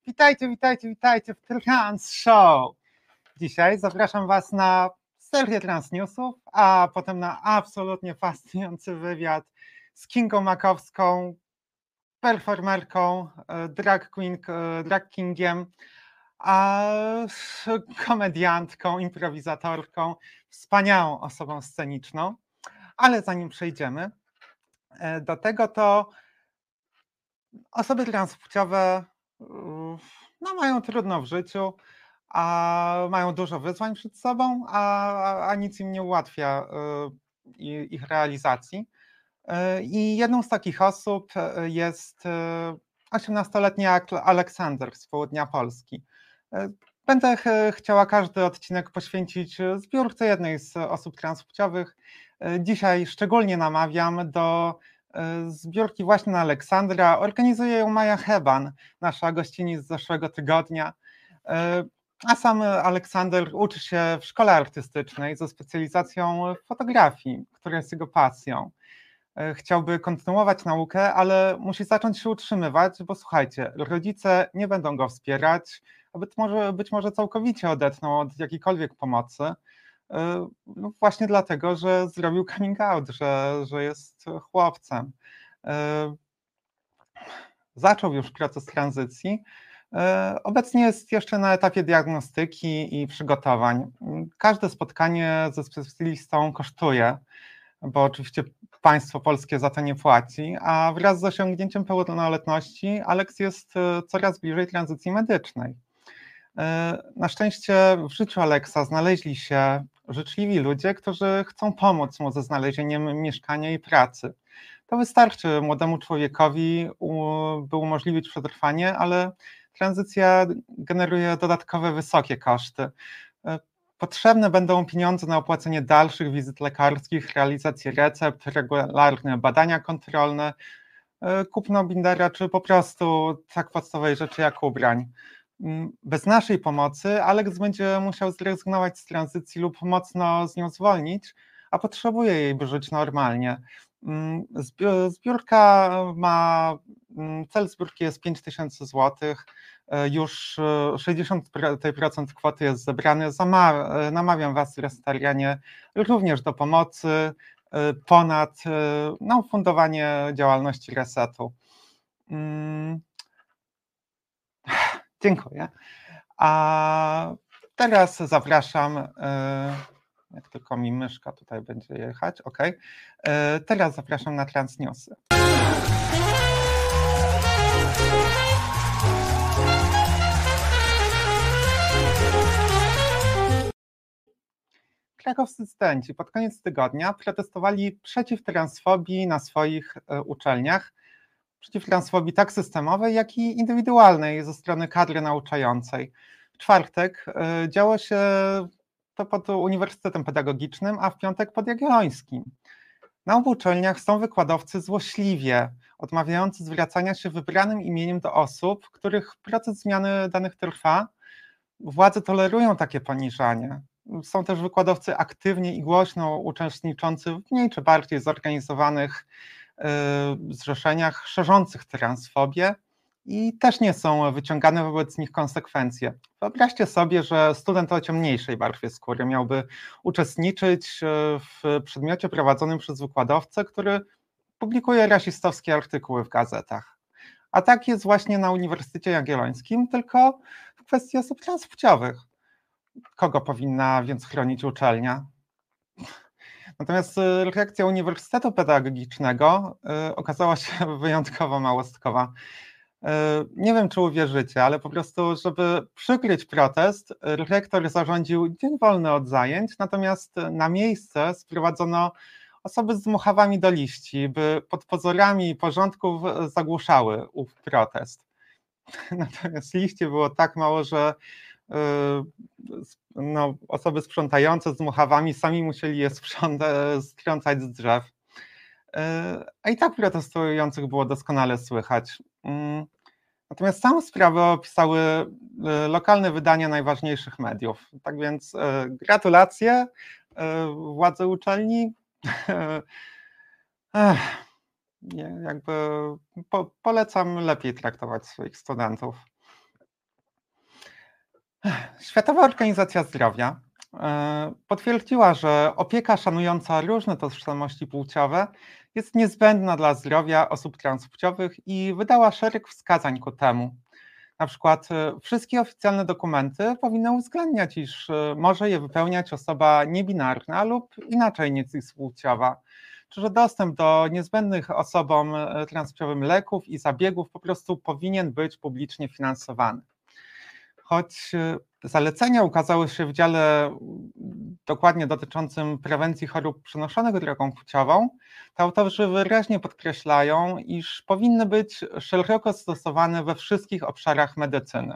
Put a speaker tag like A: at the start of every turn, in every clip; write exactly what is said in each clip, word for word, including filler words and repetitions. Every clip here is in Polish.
A: Witajcie, witajcie, witajcie w Trans Show. Dzisiaj zapraszam Was na serię Transnewsów, a potem na absolutnie fascynujący wywiad z Kingą Makowską, performerką, drag queen, drag kingiem, a komediantką, improwizatorką, wspaniałą osobą sceniczną. Ale zanim przejdziemy do tego, to osoby transpłciowe no, mają trudno w życiu, a mają dużo wyzwań przed sobą, a, a nic im nie ułatwia y, ich realizacji. Y, I jedną z takich osób jest osiemnastoletni Aleksander z południa Polski. Y, Będę ch chciała każdy odcinek poświęcić zbiórce jednej z osób transpłciowych. Y, Dzisiaj szczególnie namawiam do zbiórki właśnie na Aleksandra. Organizuje ją Maja Heban, nasza gościni z zeszłego tygodnia. A sam Aleksander uczy się w szkole artystycznej ze specjalizacją w fotografii, która jest jego pasją. Chciałby kontynuować naukę, ale musi zacząć się utrzymywać, bo słuchajcie, rodzice nie będą go wspierać, a być może, być może całkowicie odetną od jakiejkolwiek pomocy. No właśnie dlatego, że zrobił coming out, że, że jest chłopcem. Zaczął już proces tranzycji. Obecnie jest jeszcze na etapie diagnostyki i przygotowań. Każde spotkanie ze specjalistą kosztuje, bo oczywiście państwo polskie za to nie płaci, a wraz z osiągnięciem pełnoletności Aleks jest coraz bliżej tranzycji medycznej. Na szczęście w życiu Aleksa znaleźli się życzliwi ludzie, którzy chcą pomóc mu ze znalezieniem mieszkania i pracy. To wystarczy młodemu człowiekowi, by umożliwić przetrwanie, ale tranzycja generuje dodatkowe wysokie koszty. Potrzebne będą pieniądze na opłacenie dalszych wizyt lekarskich, realizację recept, regularne badania kontrolne, kupno bindera czy po prostu tak podstawowej rzeczy jak ubrań. Bez naszej pomocy Aleks będzie musiał zrezygnować z tranzycji lub mocno z nią zwolnić, a potrzebuje jej, by żyć normalnie. Zbiórka ma, cel zbiórki jest pięć tysięcy złotych, już sześćdziesiąt procent kwoty jest zebrane. Namawiam Was, Restarianie, również do pomocy ponad no, fundowanie działalności Resetu. Dziękuję. A teraz zapraszam, jak tylko mi myszka tutaj będzie jechać, ok. Teraz zapraszam na Transnewsy. Krakowscy studenci pod koniec tygodnia protestowali przeciw transfobii na swoich uczelniach, przeciw transfobii tak systemowej, jak i indywidualnej ze strony kadry nauczającej. W czwartek działo się to pod Uniwersytetem Pedagogicznym, a w piątek pod Jagiellońskim. Na obu uczelniach są wykładowcy złośliwie odmawiający zwracania się wybranym imieniem do osób, których proces zmiany danych trwa. Władze tolerują takie poniżanie. Są też wykładowcy aktywnie i głośno uczestniczący w mniej czy bardziej zorganizowanych zrzeszeniach szerzących transfobię i też nie są wyciągane wobec nich konsekwencje. Wyobraźcie sobie, że student o ciemniejszej barwie skóry miałby uczestniczyć w przedmiocie prowadzonym przez wykładowcę, który publikuje rasistowskie artykuły w gazetach. A tak jest właśnie na Uniwersytecie Jagiellońskim, tylko w kwestii osób transpłciowych. Kogo powinna więc chronić uczelnia? Natomiast reakcja Uniwersytetu Pedagogicznego okazała się wyjątkowo małostkowa. Nie wiem, czy uwierzycie, ale po prostu, żeby przykryć protest, rektor zarządził dzień wolny od zajęć, natomiast na miejsce sprowadzono osoby z dmuchawami do liści, by pod pozorami porządków zagłuszały ów protest. Natomiast liści było tak mało, że no, osoby sprzątające z dmuchawami sami musieli je strącać z drzew. A i tak protestujących było doskonale słychać. Natomiast samą sprawę opisały lokalne wydania najważniejszych mediów. Tak więc gratulacje władze uczelni. Jakby po, polecam lepiej traktować swoich studentów. Światowa Organizacja Zdrowia potwierdziła, że opieka szanująca różne tożsamości płciowe jest niezbędna dla zdrowia osób transpłciowych i wydała szereg wskazań ku temu. Na przykład wszystkie oficjalne dokumenty powinny uwzględniać, iż może je wypełniać osoba niebinarna lub inaczej niecyspłciowa, czy że dostęp do niezbędnych osobom transpłciowym leków i zabiegów po prostu powinien być publicznie finansowany. Choć zalecenia ukazały się w dziale dokładnie dotyczącym prewencji chorób przenoszonych drogą płciową, to autorzy wyraźnie podkreślają, iż powinny być szeroko stosowane we wszystkich obszarach medycyny.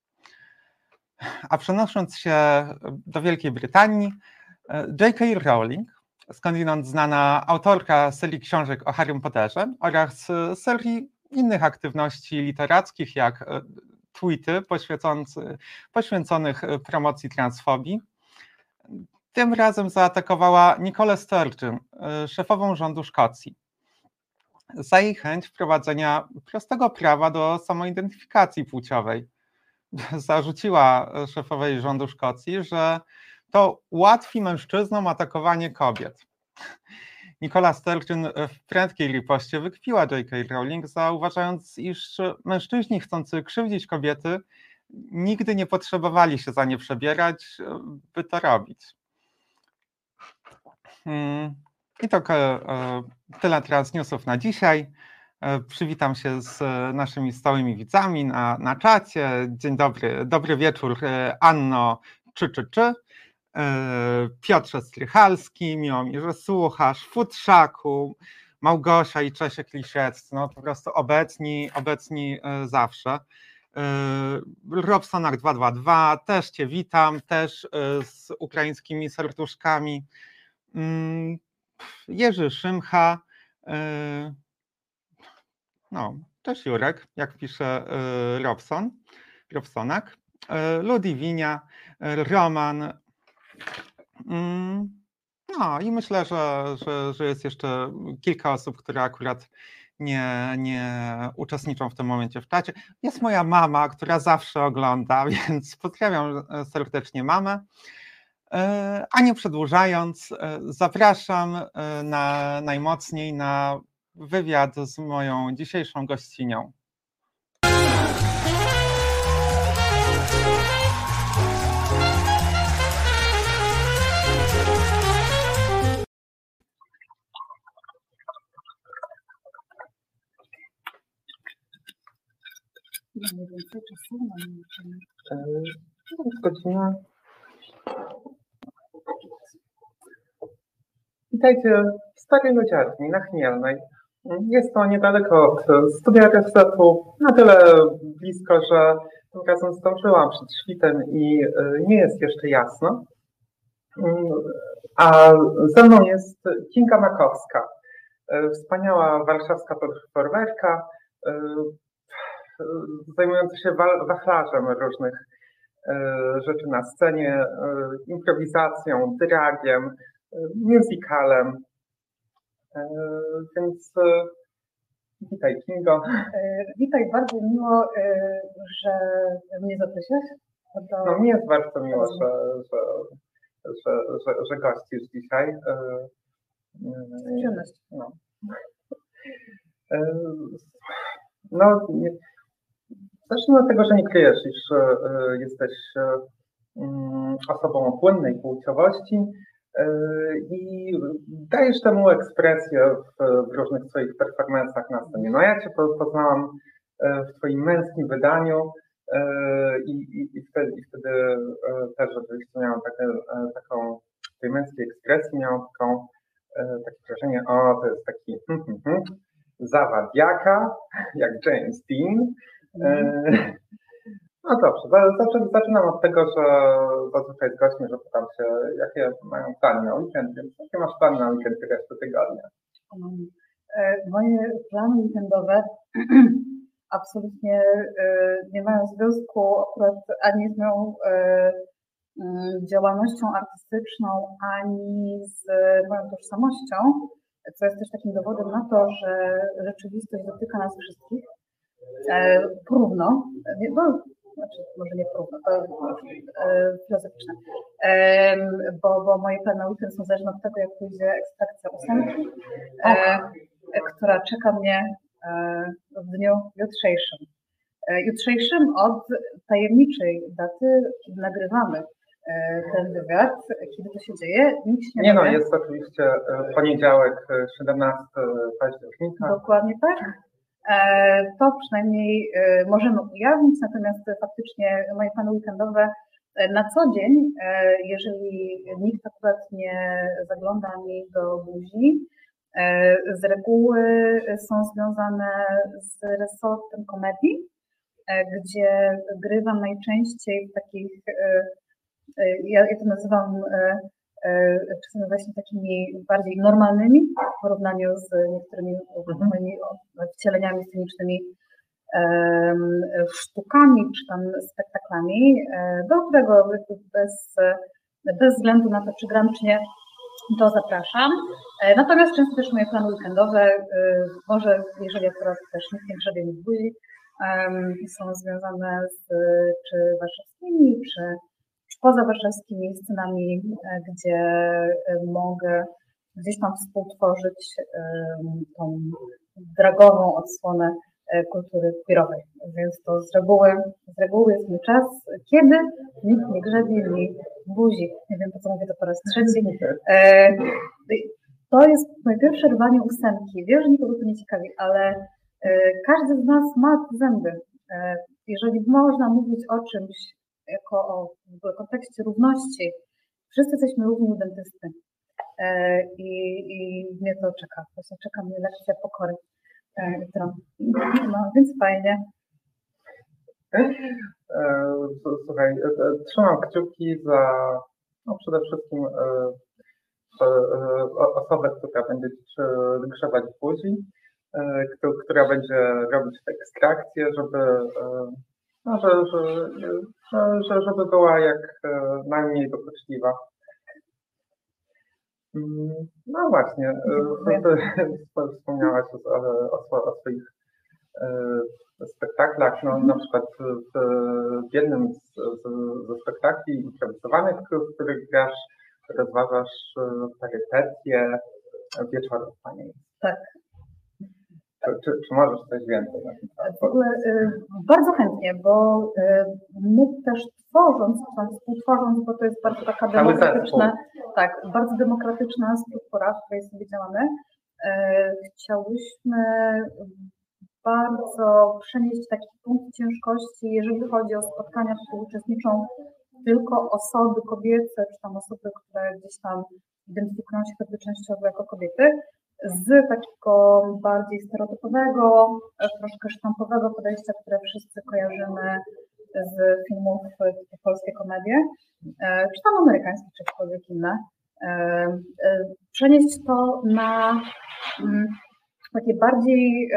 A: A przenosząc się do Wielkiej Brytanii, J K Rowling, skądinąd znana autorka serii książek o Harrym Potterze oraz serii innych aktywności literackich, jak tweety poświęconych promocji transfobii, tym razem zaatakowała Nicolę Sturgeon, szefową rządu Szkocji, za jej chęć wprowadzenia prostego prawa do samoidentyfikacji płciowej. Zarzuciła szefowej rządu Szkocji, że to ułatwi mężczyznom atakowanie kobiet. Nicola Sturgeon w prędkiej ripoście wykpiła J K Rowling, zauważając, iż mężczyźni chcący krzywdzić kobiety nigdy nie potrzebowali się za nie przebierać, by to robić. I to tyle Transnewsów na dzisiaj. Przywitam się z naszymi stałymi widzami na, na czacie. Dzień dobry, dobry wieczór Anno czy czy czy. Piotrze Strychalski, miło mi, że słuchasz, Futrzaku, Małgosia i Czesiek Lisieccy, no po prostu obecni, obecni zawsze. Robsonak dwa dwa dwa, też Cię witam, też z ukraińskimi serduszkami. Jerzy Szymcha, no też Jurek, jak pisze Robson, Robsonak, Ludwinia, Roman. No i myślę, że, że, że jest jeszcze kilka osób, które akurat nie, nie uczestniczą w tym momencie w czacie. Jest moja mama, która zawsze ogląda, więc pozdrawiam serdecznie mamę. A nie przedłużając, zapraszam na, najmocniej na wywiad z moją dzisiejszą gościnią.
B: Nie więcej czasu mam. Godzina. Witajcie w Starej Lodziarni na Chmielnej. Jest to niedaleko od studia R F Z-u, na tyle blisko, że tym razem zdążyłam przed świtem i nie jest jeszcze jasno. A ze mną jest Kinga Makowska, wspaniała warszawska performerka, zajmująca się wachlarzem różnych rzeczy na scenie, improwizacją, dragiem, musicalem. Więc witaj, Kingo.
C: Witaj, bardzo miło, że mnie zaprosiłeś.
B: Do... No mi jest bardzo miło, że, że, że, że, że gościsz dzisiaj.
C: Przyjemność.
B: No. No, nie, zacznę od tego, że nie kryjesz, iż jesteś osobą o płynnej płciowości i dajesz temu ekspresję w, w różnych swoich performancach na scenie. No ja Cię poznałam w Twoim męskim wydaniu i, i, i, wtedy, i wtedy też rzeczywiście miałam takie, taką, w tej męskiej ekspresji miałam taką, takie wrażenie, o, to jest taki hmm, hmm, hmm, zawadiaka, jak James Dean. Mm. No dobrze, zaczynam od tego, że zazwyczaj z gośćmi, że pytam się, jakie mają plany na weekend, więc jakie masz plany na weekend resztę tygodnia?
C: Moje plany weekendowe absolutnie nie mają związku akurat ani z moją działalnością artystyczną, ani z moją tożsamością, co jest też takim dowodem na to, że rzeczywistość dotyka nas wszystkich porówno. No, znaczy może nie porówno, to filozoficzne, bo, bo moje plany na weekend są zależne od tego, jak pójdzie ekstrakcja ósemki, która czeka mnie w dniu jutrzejszym. Jutrzejszym od tajemniczej daty, kiedy nagrywamy ten wywiad, kiedy to się dzieje, nikt się nie
B: Nie no,
C: wie.
B: jest oczywiście poniedziałek, siedemnastego października.
C: Dokładnie tak. To przynajmniej możemy ujawnić, natomiast faktycznie moje plany weekendowe na co dzień, jeżeli nikt akurat nie zagląda mi do buzi, z reguły są związane z resortem komedii, gdzie grywam najczęściej w takich, ja, ja to nazywam czasami właśnie takimi bardziej normalnymi w porównaniu z niektórymi moimi wcieleniami scenicznymi, sztukami czy tam spektaklami, do którego bez, bez względu na to, czy gram, czy nie, to zapraszam. Natomiast często też moje plany weekendowe, może jeżeli akurat też nikt nie grzebie mi w buzi, są związane z czy warszawskimi, czy, czy poza warszawskimi scenami, gdzie mogę gdzieś tam współtworzyć tą dragową odsłonę kultury queerowej. Więc to z reguły, z reguły jest mój czas, kiedy nikt nie grzebie mi buzi. Nie wiem, po co mówię to po raz trzeci. To jest moje pierwsze rwanie ósemki. Wiem, że nikogo to nie ciekawi, ale każdy z nas ma zęby. Jeżeli można mówić o czymś jako o w ogóle kontekście równości, wszyscy jesteśmy równi u dentysty. I, i mnie to czeka. Właśnie czeka mnie lekcja pokory. Jutro. No, więc fajnie.
B: Słuchaj, trzymam kciuki za no przede wszystkim osobę, która będzie grzebać w buzi, która będzie robić te ekstrakcje, żeby, no, że, że, że, żeby była jak najmniej dokuczliwa. No właśnie, wspomniałaś o, o, o swoich spektaklach, no, na przykład w, w jednym z, z, ze spektakli improwizowanych, w których grasz, rozważasz perypetie wieczorów panieńskich.
C: Tak.
B: Czy, czy, czy możesz coś więcej na ten temat?
C: W ogóle y, bardzo chętnie, bo y, my też tworząc, współtworząc, bo to jest bardzo taka demokratyczna, tak, bardzo demokratyczna struktura, w której sobie działamy, y, chciałyśmy bardzo przenieść taki punkt ciężkości, jeżeli chodzi o spotkania, w których uczestniczą tylko osoby kobiece, czy tam osoby, które gdzieś tam identyfikują się choćby częściowo jako kobiety, z takiego bardziej stereotypowego, troszkę sztampowego podejścia, które wszyscy kojarzymy z filmów typu polskie komedie, czy tam amerykańskie, czy jakiekolwiek inne. Przenieść to na takie bardziej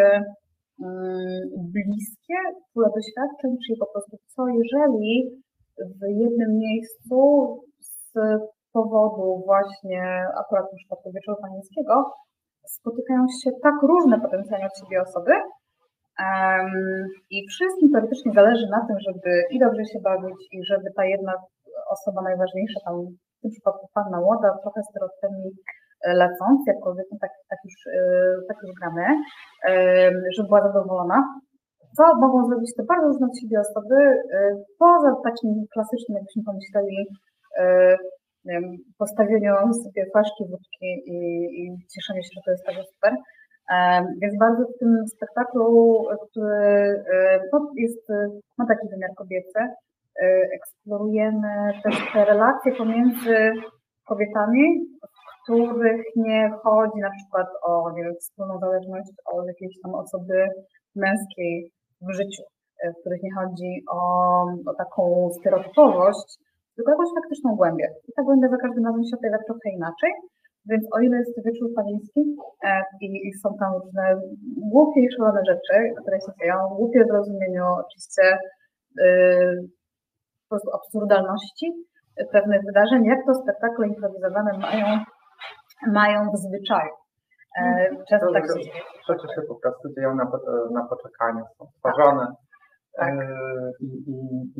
C: bliskie pole doświadczeń, czyli po prostu co jeżeli w jednym miejscu z powodu właśnie akurat w przypadku Wieczoru Panieńskiego spotykają się tak różne potencjalnie od siebie osoby um, i wszystkim teoretycznie zależy na tym, żeby i dobrze się bawić i żeby ta jedna osoba najważniejsza, tam w tym przypadku panna młoda, trochę stereotypami lecąc, jakkolwiek no tak, tak, już, tak już gramy, żeby była zadowolona. Co mogą zrobić te bardzo różne od siebie osoby, poza takim klasycznym, jakbyśmy pomyśleli, nie wiem, postawieniu sobie flaszki wódki i, i cieszeniu się, że to jest tak super. Więc bardzo w tym spektaklu, który no, jest, ma taki wymiar kobiecy, eksplorujemy też te relacje pomiędzy kobietami, w których nie chodzi na przykład o, nie wiem, wspólną zależność od jakiejś tam osoby męskiej w życiu, w których nie chodzi o, o taką stereotypowość, tylko jakąś faktyczną głębię. I ta głębia za każdym razem się objawia trochę inaczej, więc o ile jest to Wieczór Panieński e, i, i są tam różne głupie i szalone rzeczy, które się dzieją, głupie w rozumieniu oczywiście e, po prostu absurdalności pewnych wydarzeń, jak to spektakle improwizowane mają, mają w zwyczaju. E, często tak się dzieje.
B: Rzeczy się po prostu dzieją na, na poczekaniu, są tworzone.
C: Tak.
B: I, i,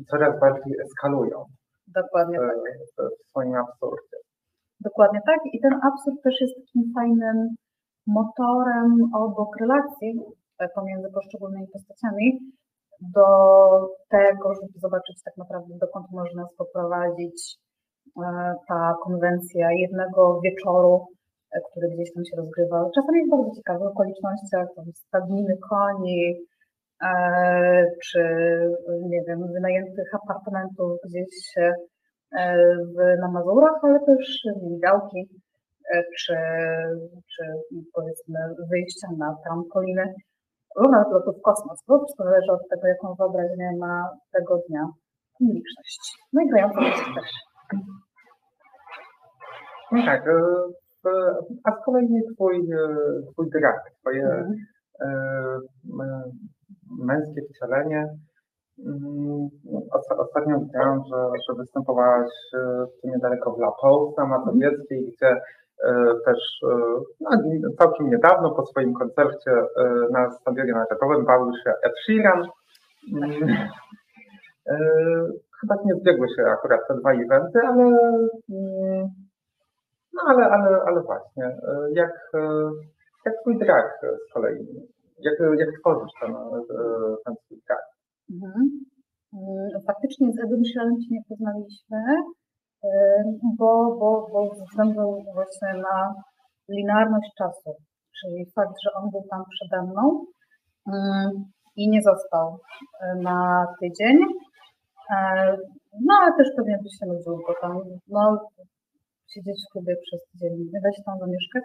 B: i coraz bardziej eskalują
C: Dokładnie
B: w,
C: tak.
B: w, w swoim absurdzie.
C: Dokładnie tak. I ten absurd też jest takim fajnym motorem obok relacji pomiędzy poszczególnymi postaciami do tego, żeby zobaczyć tak naprawdę, dokąd może nas poprowadzić ta konwencja jednego wieczoru, który gdzieś tam się rozgrywa. Czasami w bardzo ciekawych okolicznościach, tam stadniny koni, czy nie wiem, wynajętych apartamentów gdzieś w, na Mazurach, ale też migałki, czy, czy powiedzmy wyjścia na trampoliny lub nawet lotu w kosmos, bo wszystko zależy od tego, jaką wyobraźnię ma tego dnia publiczność. No i grająca jest też.
B: No tak, a z kolei twój, twój drag, twoje mm. męskie wcielenie. Ostatnio widziałam, że, że występowałaś tu niedaleko w La Pause mazowieckiej, gdzie też no, całkiem niedawno po swoim koncercie na stadionie narodowym bawił się Ed Sheeran. Chyba nie zbiegły się akurat te dwa eventy, ale no ale, ale, ale właśnie, jak, jak twój drag z kolei, jak, jak tworzysz ten, ten swój drag?
C: Mhm. Faktycznie z Edem Sheeranem się nie poznaliśmy, bo, bo, bo ze względu właśnie na linearność czasu, czyli fakt, że on był tam przede mną i nie został na tydzień, no ale też pewnie by się nudził, bo tam no, siedzieć w klubie przez tydzień, nie da się tam zamieszkać,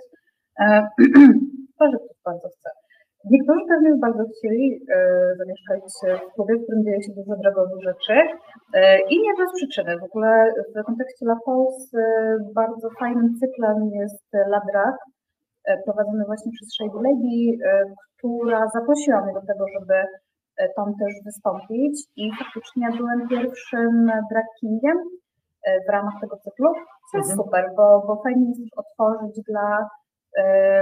C: to, że ktoś bardzo chce. Niektórzy pewnie bardzo chcieli e, zamieszkać w klubie, w którym dzieje się dużo dragowych rzeczy e, i nie bez przyczyny. W ogóle w kontekście La Pause e, bardzo fajnym cyklem jest La Drag, e, prowadzony właśnie przez Shady Lady, e, która zaprosiła mnie do tego, żeby e, tam też wystąpić i faktycznie byłem pierwszym drag kingiem e, w ramach tego cyklu, co jest mhm. super, bo, bo fajnie jest otworzyć dla e,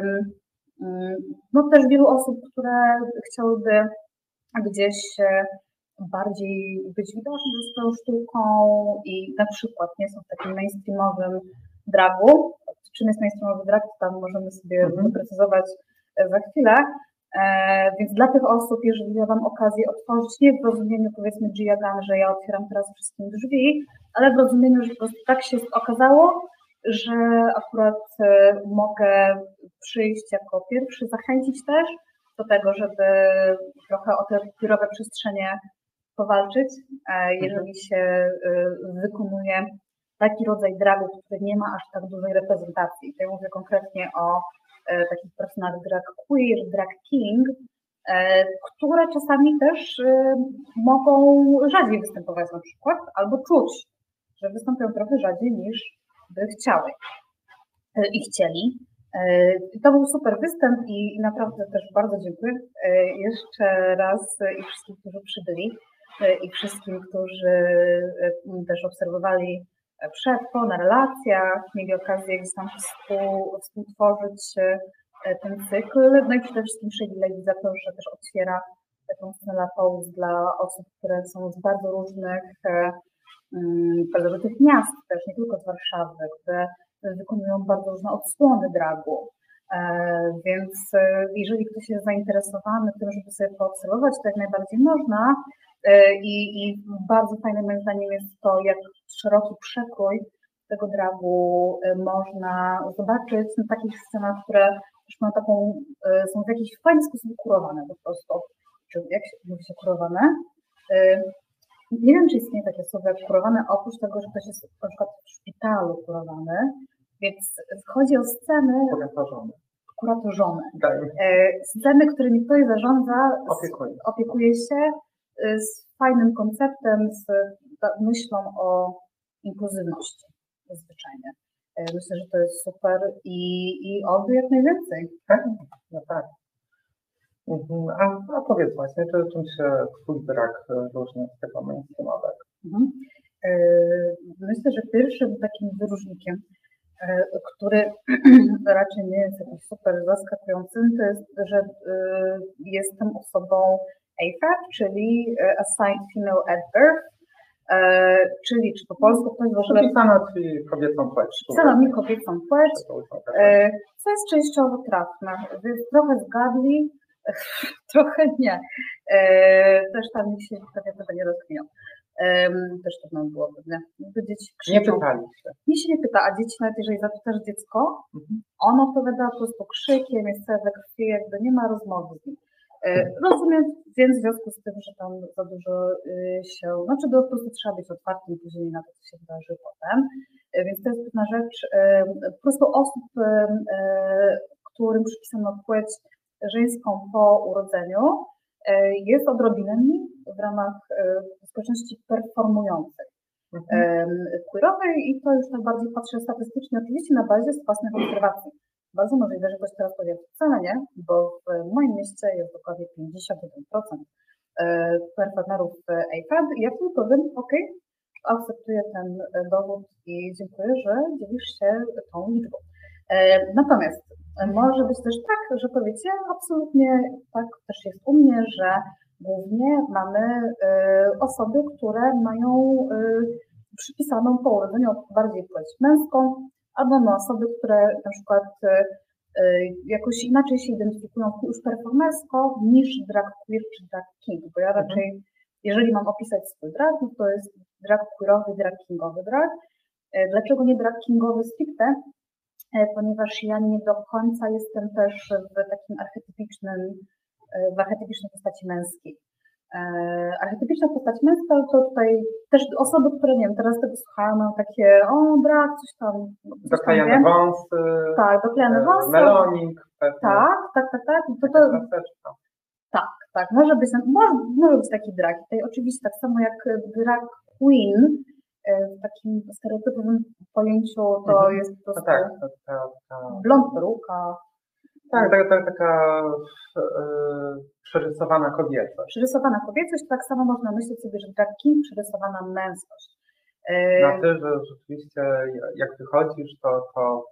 C: no też wielu osób, które chciałyby gdzieś bardziej być widoczne ze swoją sztuką i na przykład nie są w takim mainstreamowym dragu. Czym jest mainstreamowy drag, to tam możemy sobie mm-hmm. doprecyzować za chwilę. E, więc dla tych osób, jeżeli miałam okazję otworzyć, nie w rozumieniu powiedzmy Gia Gunn, że ja otwieram teraz wszystkim drzwi, ale w rozumieniu, że po prostu tak się okazało, że akurat mogę przyjść jako pierwszy, zachęcić też do tego, żeby trochę o te queerowe przestrzenie powalczyć, jeżeli się wykonuje taki rodzaj dragu, który nie ma aż tak dużej reprezentacji. Tutaj mówię konkretnie o takich personach drag queer, drag king, które czasami też mogą rzadziej występować na przykład, albo czuć, że występują trochę rzadziej niż by chciały i chcieli. To był super występ i naprawdę też bardzo dziękuję jeszcze raz i wszystkim, którzy przybyli i wszystkim, którzy też obserwowali przed, po, na relacjach, mieli okazję gdzieś tam współ, współtworzyć ten cykl. No i przede wszystkim Shady Lady za to, że też otwiera taką scenę La Pause dla osób, które są z bardzo różnych bardzo tych miast też, nie tylko z Warszawy, które wykonują bardzo różne odsłony dragu. Więc jeżeli ktoś jest zainteresowany tym, żeby sobie poobserwować, to jak najbardziej można. I, i bardzo fajne moim zdaniem jest to, jak szeroki przekrój tego dragu można zobaczyć na takich scenach, które też mają taką, są w jakiś fajny sposób kurowane po prostu. Czy jak się mówi się kurowane? Nie wiem, czy istnieje takie słowo jak kurowane, oprócz tego, że ktoś jest na przykład w szpitalu kurowany, więc chodzi o sceny
B: kuratorzone.
C: kuratorzone. Sceny, którymi ktoś zarządza,
B: opiekuje.
C: opiekuje się z fajnym konceptem, z myślą o inkluzywności zwyczajnie. Myślę, że to jest super i, i oby jak najwięcej.
B: Tak? No tak. A, a powiedz właśnie, czy czym się twój drag różni od tego mainstreamowego?
C: Mhm. Myślę, że pierwszym takim wyróżnikiem, który raczej nie jest jakiś super zaskakującym, to jest, że jestem osobą A F A B, czyli Assigned Female at Birth, E, czyli czy po polsku ktoś w ogóle...
B: Przypisano ci kobiecą płeć.
C: Przypisano mi kobiecą płeć, e, co jest częściowo trafne, więc trochę zgadli, trochę nie. E, też tam nikt się pewnie tego nie rozkminiał. E, też to nam było pewnie. Dzieci
B: nie pytali się.
C: Nikt się nie pyta, a dzieci nawet jeżeli zapytasz dziecko, mhm. ono odpowiada po prostu krzykiem, jest całe we krwi, jakby nie ma rozmowy z nim. Rozumiem, więc w związku z tym, że tam za dużo się, znaczy po prostu trzeba być otwartym później na to, co się wydarzy potem, więc to jest pewna rzecz, po prostu osób, którym przypisano płeć żeńską po urodzeniu, jest odrobinę mniej w ramach społeczności performującej, mhm. queerowej i to już najbardziej patrzę statystycznie, oczywiście na bazie własnych obserwacji. Bardzo możliwe, że ktoś teraz powie, wcale nie, bo w moim mieście jest dokładnie pięćdziesiąt jeden procent performerów A F A D i ja wtedy powiem, ok, akceptuję ten dowód i dziękuję, że dzielisz się tą liczbą. Natomiast może być też tak, że powiecie, absolutnie tak też jest u mnie, że głównie mamy osoby, które mają przypisaną po urodzeniu bardziej płeć męską, albo mamy osoby, które na przykład jakoś inaczej się identyfikują już performersko niż drag queer czy drag king, bo ja raczej, jeżeli mam opisać swój drag, to jest drag queerowy, drag kingowy drag. Dlaczego nie drag kingowy stricte? Ponieważ ja nie do końca jestem też w takim archetypicznym, w archetypicznej postaci męskiej. Archetypiczna postać męska, to tutaj też osoby, które nie wiem, teraz tego słuchają, mają takie, o drag, coś tam. Coś
B: doklejane
C: tam
B: wąsy.
C: Tak, doklejane wąsy.
B: Melonik.
C: Tak, tak, tak, tak. To, to, tak, tak, może być, może, może być taki drag. Tutaj oczywiście tak samo jak drag queen, w takim stereotypowym pojęciu to mhm. jest po prostu
B: no tak, to, to, to...
C: blond peruka.
B: Tak, taka, taka, taka yy, przerysowana kobiecość.
C: Przerysowana kobiecość, tak samo można myśleć sobie, że drag king, przerysowana męskość.
B: Na ty, że rzeczywiście jak wychodzisz, to, to,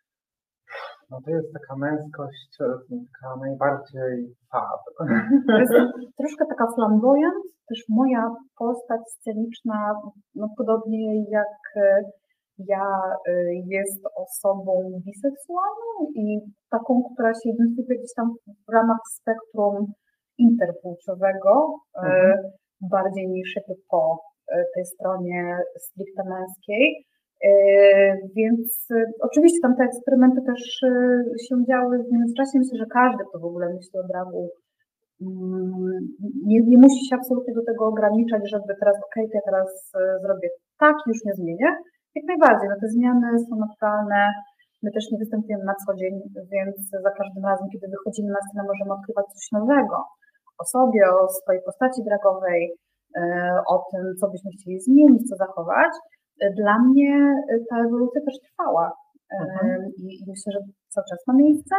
B: no to jest taka męskość, taka najbardziej fab.
C: To jest troszkę taka flamboyant, też moja postać sceniczna, no podobnie jak ja, jest osobą biseksualną i taką, która się identyfikuje gdzieś tam w ramach spektrum interpłciowego, mhm. bardziej niż jakby po tej stronie stricte męskiej. Więc oczywiście tam te eksperymenty też się działy w międzyczasie. Myślę, że każdy, kto w ogóle myśli o dragu, nie, nie musi się absolutnie do tego ograniczać, żeby teraz, okej, okay, ja teraz zrobię tak, już nie zmienię. Jak najbardziej, no te zmiany są naturalne, my też nie występujemy na co dzień, więc za każdym razem, kiedy wychodzimy na scenę, możemy odkrywać coś nowego o sobie, o swojej postaci dragowej, o tym, co byśmy chcieli zmienić, co zachować. Dla mnie ta ewolucja też trwała mhm. I, i myślę, że cały czas ma miejsce.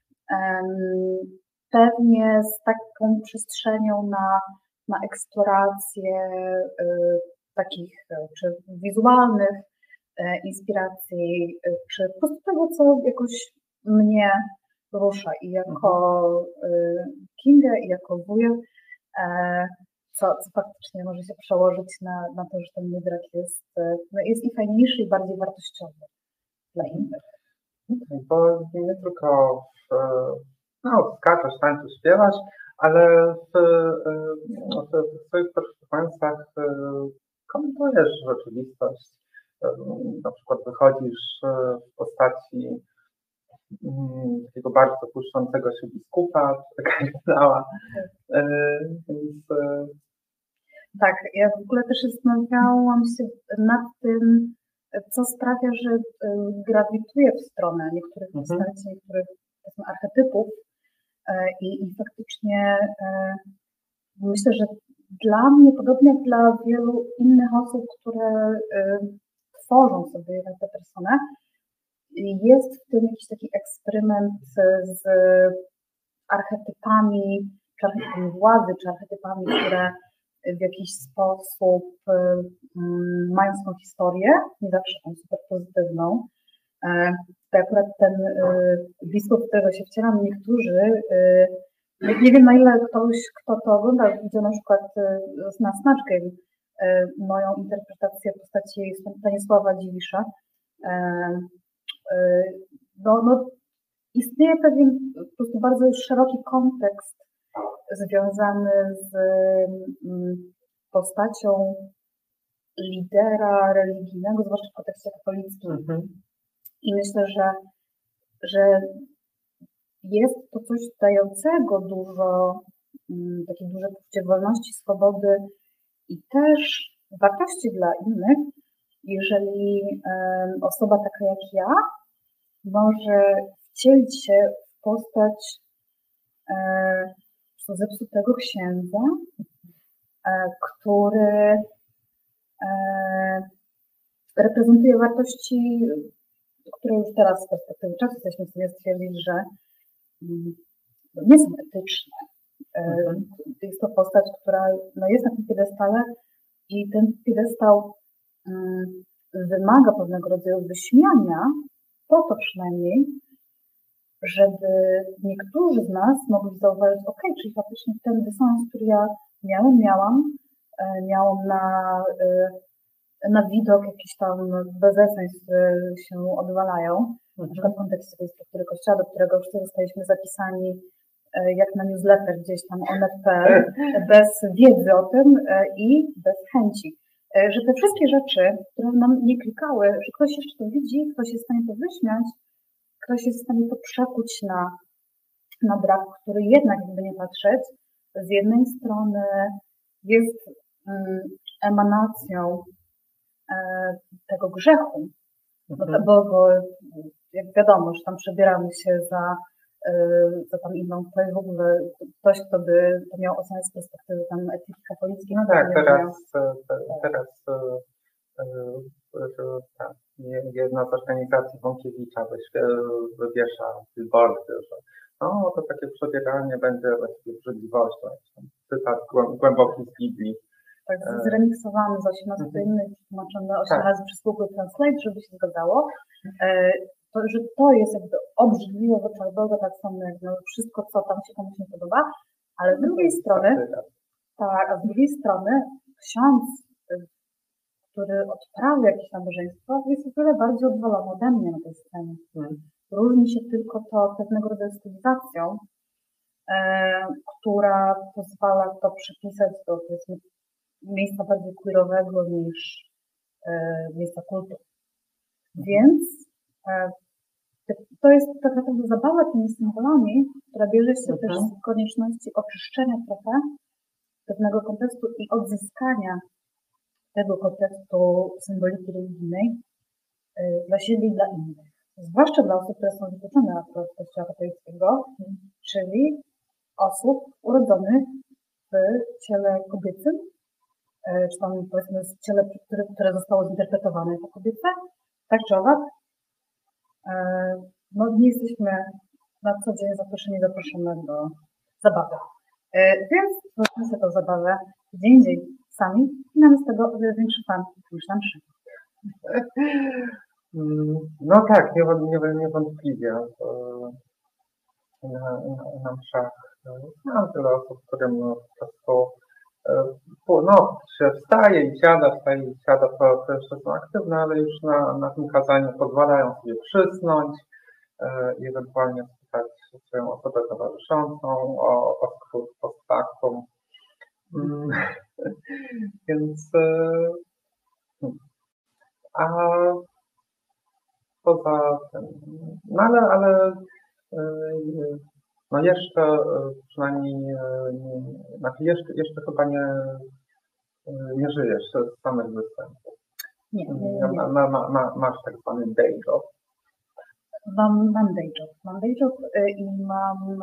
C: Pewnie z taką przestrzenią na, na eksplorację takich czy wizualnych inspiracji, czy po prostu tego, co jakoś mnie rusza i jako Kingę, i jako wuję, co, co faktycznie może się przełożyć na, na to, że ten mój drag jest, jest i fajniejszy, i bardziej wartościowy dla innych.
B: Bo nie tylko w, no, skaczesz, tańczysz, śpiewasz, ale w, w, w swoich performancach komentujesz rzeczywistość. Na przykład wychodzisz w postaci takiego bardzo puszczącego się biskupa, czy kardynała. Więc...
C: Tak, ja w ogóle też zastanawiałam się nad tym, co sprawia, że grawituję w stronę niektórych mhm. postaci, niektórych archetypów i, i faktycznie myślę, że dla mnie, podobnie jak dla wielu innych osób, które tworzą sobie tę personę, jest w tym jakiś taki eksperyment z archetypami, czy archetypami władzy, czy archetypami, które w jakiś sposób mają swoją historię, nie zawsze tą super pozytywną. To akurat ten biskup, w którego się wcielam, niektórzy, nie wiem na ile ktoś, kto to ogląda, widział na przykład na Snatch Game, moją interpretację postaci Stanisława Dziwisza. No, no, istnieje pewien po prostu bardzo szeroki kontekst związany z postacią lidera religijnego, zwłaszcza w kontekście katolickim. Mm-hmm. I myślę, że, że jest to coś dającego dużo, takiej dużej poczucie wolności, swobody i też wartości dla innych, jeżeli osoba taka jak ja może wcielić się w postać zepsutego księdza, który reprezentuje wartości, które już teraz z perspektywy czasu jesteśmy w stanie stwierdzić, że nie są etyczne. Mhm. Jest to postać, która no, jest na tym piedestale i ten piedestał wymaga pewnego rodzaju wyśmiania, po to przynajmniej, żeby niektórzy z nas mogli zauważyć, ok, czyli faktycznie ten dysonans, który ja miałem, miałam, miałam na, na widok jakieś tam bezeceństw, które się odwalają, mhm. na przykład w kontekście tej struktury kościoła, do którego już zostaliśmy zapisani jak na newsletter gdzieś tam o net kropka pe el, bez wiedzy o tym i bez chęci. Że te wszystkie rzeczy, które nam nie klikały, że ktoś jeszcze to widzi, ktoś jest w stanie to wyśmiać, ktoś jest w stanie to przekuć na, na brak, który jednak, jakby nie patrzeć, z jednej strony jest um, emanacją e, tego grzechu, mhm. bo, bo jak wiadomo, że tam przebieramy się za, e, za tam inną, to jest w ogóle ktoś, kto by to miał ocenę z perspektywy tam etyki katolickiej.
B: No tak, teraz, teraz tak, jedna z organizacji Bąkiewicza wywiesza billboardy, że no to takie przebieranie będzie właściwie brzydliwością, cytat głęboki z Biblii.
C: Tak, zremiksowany z osiemnastu innych, tłumaczony osiem tak. razy przez Google Translate, żeby się zgadzało. To, że to jest jakby obrzydliwe w oczach Boga, tak samo jak no, wszystko, co tam się komuś nie podoba, ale z drugiej no, strony, tak, a z drugiej strony ksiądz, który odprawia jakieś nabożeństwo, jest o wiele bardziej odwalony ode mnie na tej scenie. Hmm. Różni się tylko to pewnego rodzaju stylizacją, e, która pozwala to przypisać do powiedzmy, miejsca bardziej queerowego niż e, miejsca kultu. Więc e, to jest tak naprawdę zabawa tymi symbolami, która bierze się też z konieczności oczyszczenia trochę pewnego kontekstu i odzyskania tego kontekstu symboliki religijnej y, dla siebie i dla innych. Zwłaszcza dla osób, które są wykluczone od Kościoła katolickiego, czyli osób urodzonych w ciele kobiecym, y, czy tam powiedzmy w ciele, które, które zostało zinterpretowane jako kobiece, tak czy owak. Y, no nie jesteśmy na co dzień zaproszeni, zaproszone do zabawy. Y, więc możemy sobie tę zabawę gdzie indziej sami i mamy z tego o wiele większy fan niż na mszy.
B: No tak, niewątpliwie. Na, na, na mszach mam tyle osób, którym no, po prostu no, się wstaje i siada, wstaje i siada, to, to jeszcze są aktywne, ale już na, na tym kazaniu pozwalają sobie przysnąć i ewentualnie spytać swoją osobę towarzyszącą o, o skrót post factum. Mm. Więc a poza tym, no ale, ale no jeszcze przynajmniej znaczy jeszcze, jeszcze chyba nie, nie żyjesz z samych występów.
C: Nie, nie, nie.
B: Ma, ma, ma, masz tak zwany day job.
C: Mam, mam day job. Mam day job i mam,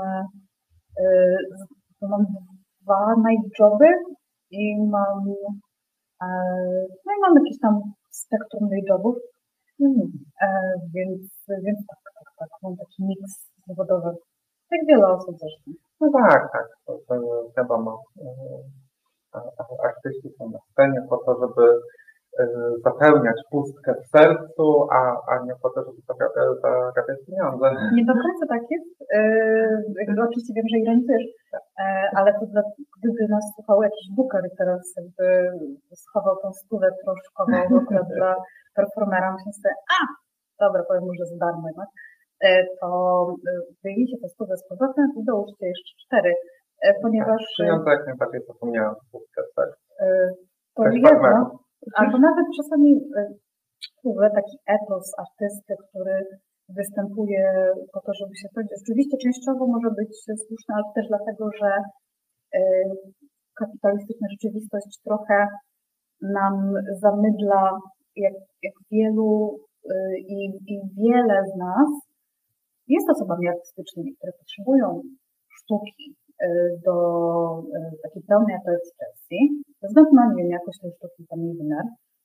C: mam dwa night joby i mam, no i mam jakieś tam spektrum day jobów, mhm. więc, więc tak, tak, tak, mam taki miks zawodowy, jak wiele osób zresztą.
B: No tak, tak, to, to wiadomo, artyści są na scenie po to, żeby zapełniać pustkę w sercu, a, a nie po to, żeby zarabiać, zarabiać pieniądze.
C: Nie do końca tak jest. Jakby oczywiście wiem, że ironizujesz, ale to dla, gdyby nas słuchał jakiś booker i teraz jakby schował tą stówę, którą szykował akurat dla performera, myślę sobie, a, dobra, powiem mu, że za darmo, tak? To wyjmijcie tę stówę z powrotem i dołóżcie jeszcze cztery, ponieważ...
B: Tak, pieniądze jak najbardziej zapomniałam w pustkę w sercu.
C: To jedno, albo nawet czasami w ogóle taki etos artysty, który występuje po to, żeby się powiedzieć. Oczywiście częściowo może być słuszny, ale też dlatego, że kapitalistyczna rzeczywistość trochę nam zamydla, jak, jak wielu i, i wiele z nas jest osobami artystycznymi, które potrzebują sztuki do takiej pełnej autoekspresji, ze względu na, nie wiem, jakość tej sztuki, tam jej wymiar.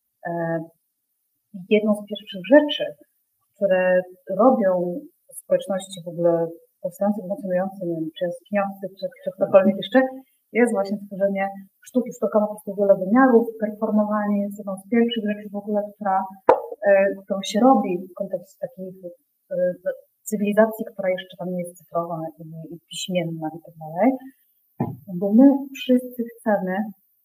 C: Jedną z pierwszych rzeczy, które robią społeczności w ogóle powstające, funkcjonujące, nie wiem, czy jaskiniowcy, czy, czy ktokolwiek jeszcze, jest właśnie tworzenie sztuki. Sztuka ma po prostu wiele wymiarów, performowanie jest jedną z pierwszych rzeczy w ogóle, która, którą się robi w kontekście takiej cywilizacji, która jeszcze tam nie jest cyfrowa i, i piśmienna i tak dalej. Bo my wszyscy chcemy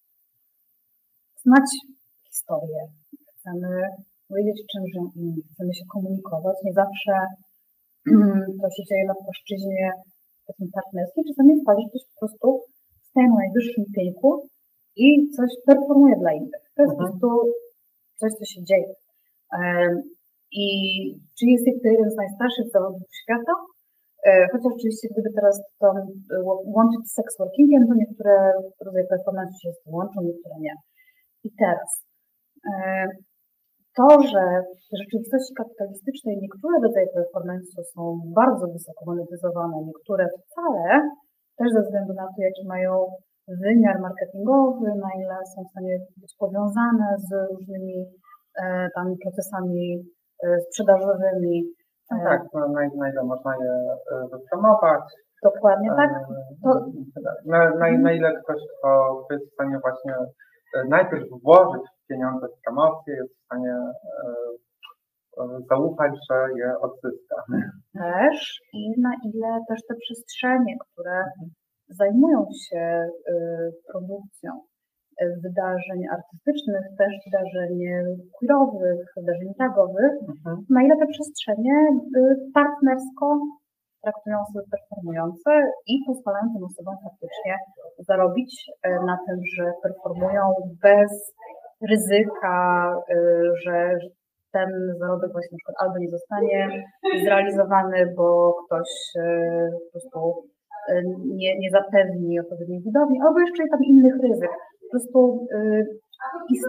C: znać historię, chcemy wiedzieć, czym żyją inni, chcemy się komunikować. Nie zawsze to się dzieje na płaszczyźnie takim partnerskiej. Czasami jest tak, że ktoś po prostu staje na najwyższym pięku i coś performuje dla innych. To jest mhm. po prostu coś, co się dzieje. I czy jest to jeden z najstarszych zawodów świata? Chociaż oczywiście gdyby teraz to łączyć z sex workingiem, to niektóre rodzaje performance się z tym łączą, niektóre nie. I teraz to, że w rzeczywistości kapitalistycznej niektóre rodzaje performance są bardzo wysoko monetyzowane, niektóre wcale, też ze względu na to, jaki mają wymiar marketingowy, na ile są w stanie być powiązane z różnymi tam procesami sprzedażowymi.
B: No tak, no, na, na ile można je wypromować.
C: Dokładnie tak. To...
B: Na, na, na ile ktoś, kto jest w stanie właśnie najpierw włożyć pieniądze w promocję, jest w stanie zaufać, że je odzyska.
C: Też i na ile też te przestrzenie, które zajmują się produkcją wydarzeń artystycznych, też wydarzeń queerowych, wydarzeń tagowych, mhm. na ile te przestrzenie partnersko traktują osoby performujące i pozwalają tym osobom faktycznie zarobić na tym, że performują bez ryzyka, że ten zarobek właśnie na przykład albo nie zostanie zrealizowany, bo ktoś po prostu nie, nie zapewni odpowiedniej widowni, albo jeszcze tam innych ryzyk. Po prostu yy,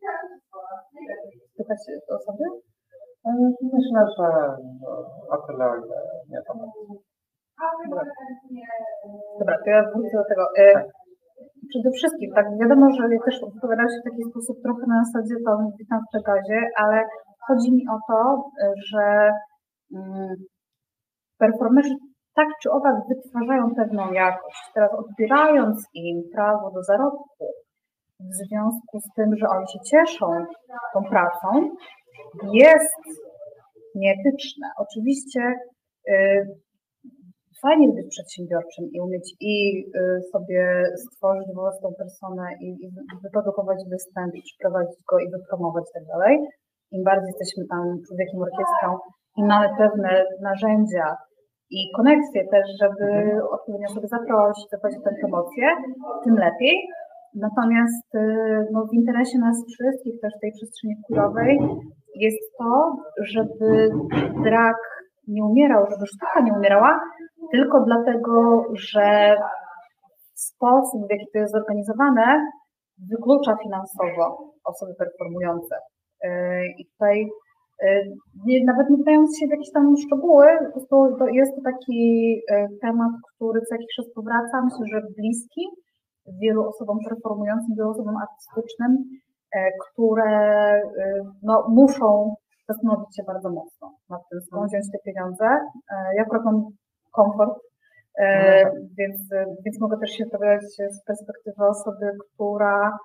C: pytać o sobie?
B: Myślę, że o tyle, o ile nie to.
C: Dobra. Dobra, to ja wrócę do tego. Yy, tak. Przede wszystkim, tak wiadomo, że ja też wypowiadam się w taki sposób trochę na zasadzie to witam w Pegazie, ale chodzi mi o to, że yy, performerzy tak czy owak wytwarzają pewną jakość. Teraz odbierając im prawo do zarobku, w związku z tym, że oni się cieszą tą pracą, jest nieetyczne. Oczywiście y, fajnie być przedsiębiorczym i umieć i y, sobie stworzyć własną personę i, i wyprodukować występ, i przeprowadzić go i wypromować i tak dalej. Im bardziej jesteśmy tam człowiekiem orkiestrą i mamy pewne narzędzia i koneksje też, żeby odpowiednio sobie zaprosić, zaprosić tę promocję, tym lepiej. Natomiast no, w interesie nas wszystkich, też w tej przestrzeni queerowej, jest to, żeby drag nie umierał, żeby sztuka nie umierała, tylko dlatego, że sposób, w jaki to jest zorganizowane, wyklucza finansowo osoby performujące. I tutaj nie, nawet nie wdając się w jakieś tam szczegóły, po prostu to jest to taki temat, który co jakiś czas powraca, myślę, że bliski wielu osobom performującym, wielu osobom artystycznym, które no, muszą zastanowić się bardzo mocno nad tym, skąd wziąć te pieniądze. Ja akurat mam komfort, więc, więc mogę też się wypowiadać z perspektywy osoby, która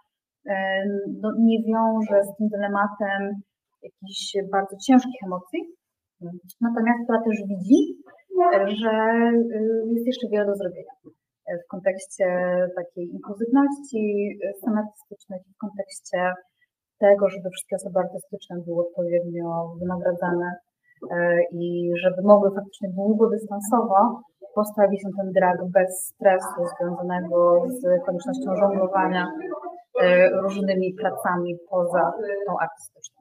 C: no, nie wiąże z tym dylematem jakichś bardzo ciężkich emocji, natomiast która też widzi, że jest jeszcze wiele do zrobienia w kontekście takiej inkluzywności scen artystycznych, w kontekście tego, żeby wszystkie osoby artystyczne były odpowiednio wynagradzane i żeby mogły faktycznie długodystansowo postawić na ten drag bez stresu związanego z koniecznością żonglowania różnymi pracami poza tą artystyczną.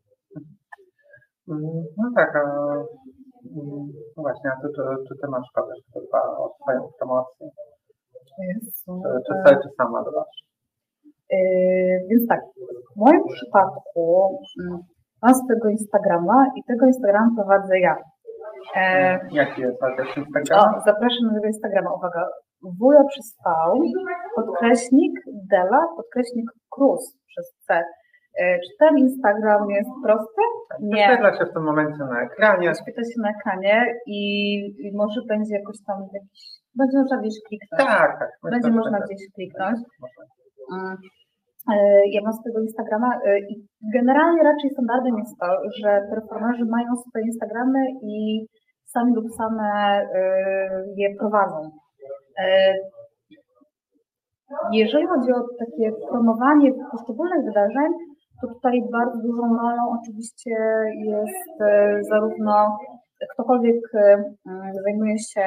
B: No tak, a no właśnie, a ty, czy, czy ty masz kogoś, kto dba o swoją promocję?
C: Jezu,
B: Czy, czy sobie czy sama dbasz?
C: Yy, więc tak, w moim przypadku mm, mam swojego Instagrama i tego Instagrama prowadzę ja. E,
B: Jaki jest adres Instagrama?
C: o, zapraszam na tego Instagrama, uwaga, wujo przez V, podkreśnik Dela, podkreśnik Cruz przez C. E, czy ten Instagram jest prosty? Nie.
B: Wyświetla się w tym momencie na ekranie.
C: Wyświetla się na ekranie i, i może będzie jakoś tam jakiś, będzie można gdzieś kliknąć.
B: Tak, tak. Myślę,
C: Będzie
B: że
C: można
B: tak.
C: gdzieś kliknąć.
B: Można.
C: Ja mam z tego Instagrama i generalnie raczej standardem jest to, że performerzy mają swoje Instagramy i sami lub same je prowadzą. Jeżeli chodzi o takie promowanie poszczególnych wydarzeń, to tutaj bardzo dużą rolą oczywiście jest zarówno ktokolwiek zajmuje się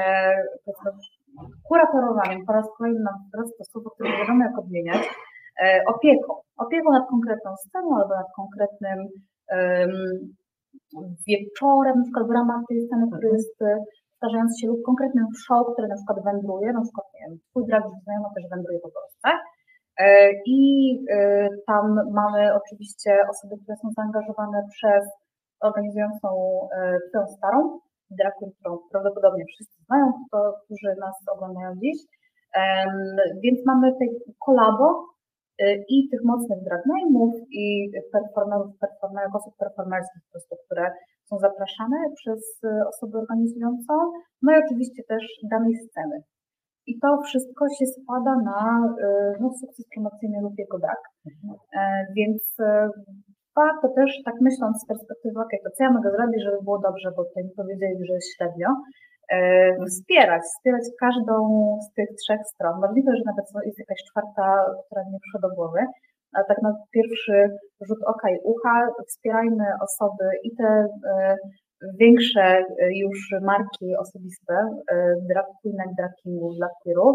C: kuratorowaniem, po raz kolejny nam teraz to słowo, które nie wiadomo jak odmieniać, opieką. Opieką nad konkretną sceną albo nad konkretnym um, wieczorem, na przykład w ramach tej sceny, który jest powtarzający się, lub konkretnym show, który na przykład wędruje, na przykład, nie wiem, twój drag znajomy też wędruje po Polsce. I tam mamy oczywiście osoby, które są zaangażowane przez organizującą Twoją Starą, drag queen, którą prawdopodobnie wszyscy znają, kto, którzy nas oglądają dziś. Więc mamy tej kolabo i tych mocnych drag name'ów i performerów, performerów, osób performerskich po prostu, które są zapraszane przez osobę organizującą, no i oczywiście też danej sceny. I to wszystko się składa na no, sukces promocyjny lub jego brak. Mhm. Więc warto też, tak myśląc z perspektywy, ok, to co ja mogę zrobić, żeby było dobrze, bo tutaj mi powiedzieli, że jest średnio, wspierać, wspierać każdą z tych trzech stron. Możliwe, że nawet jest jakaś czwarta, która mi nie przyszła do głowy, ale tak na pierwszy rzut oka i ucha wspierajmy osoby i te większe już marki osobiste, drag queenek, drag kingów, drag queerów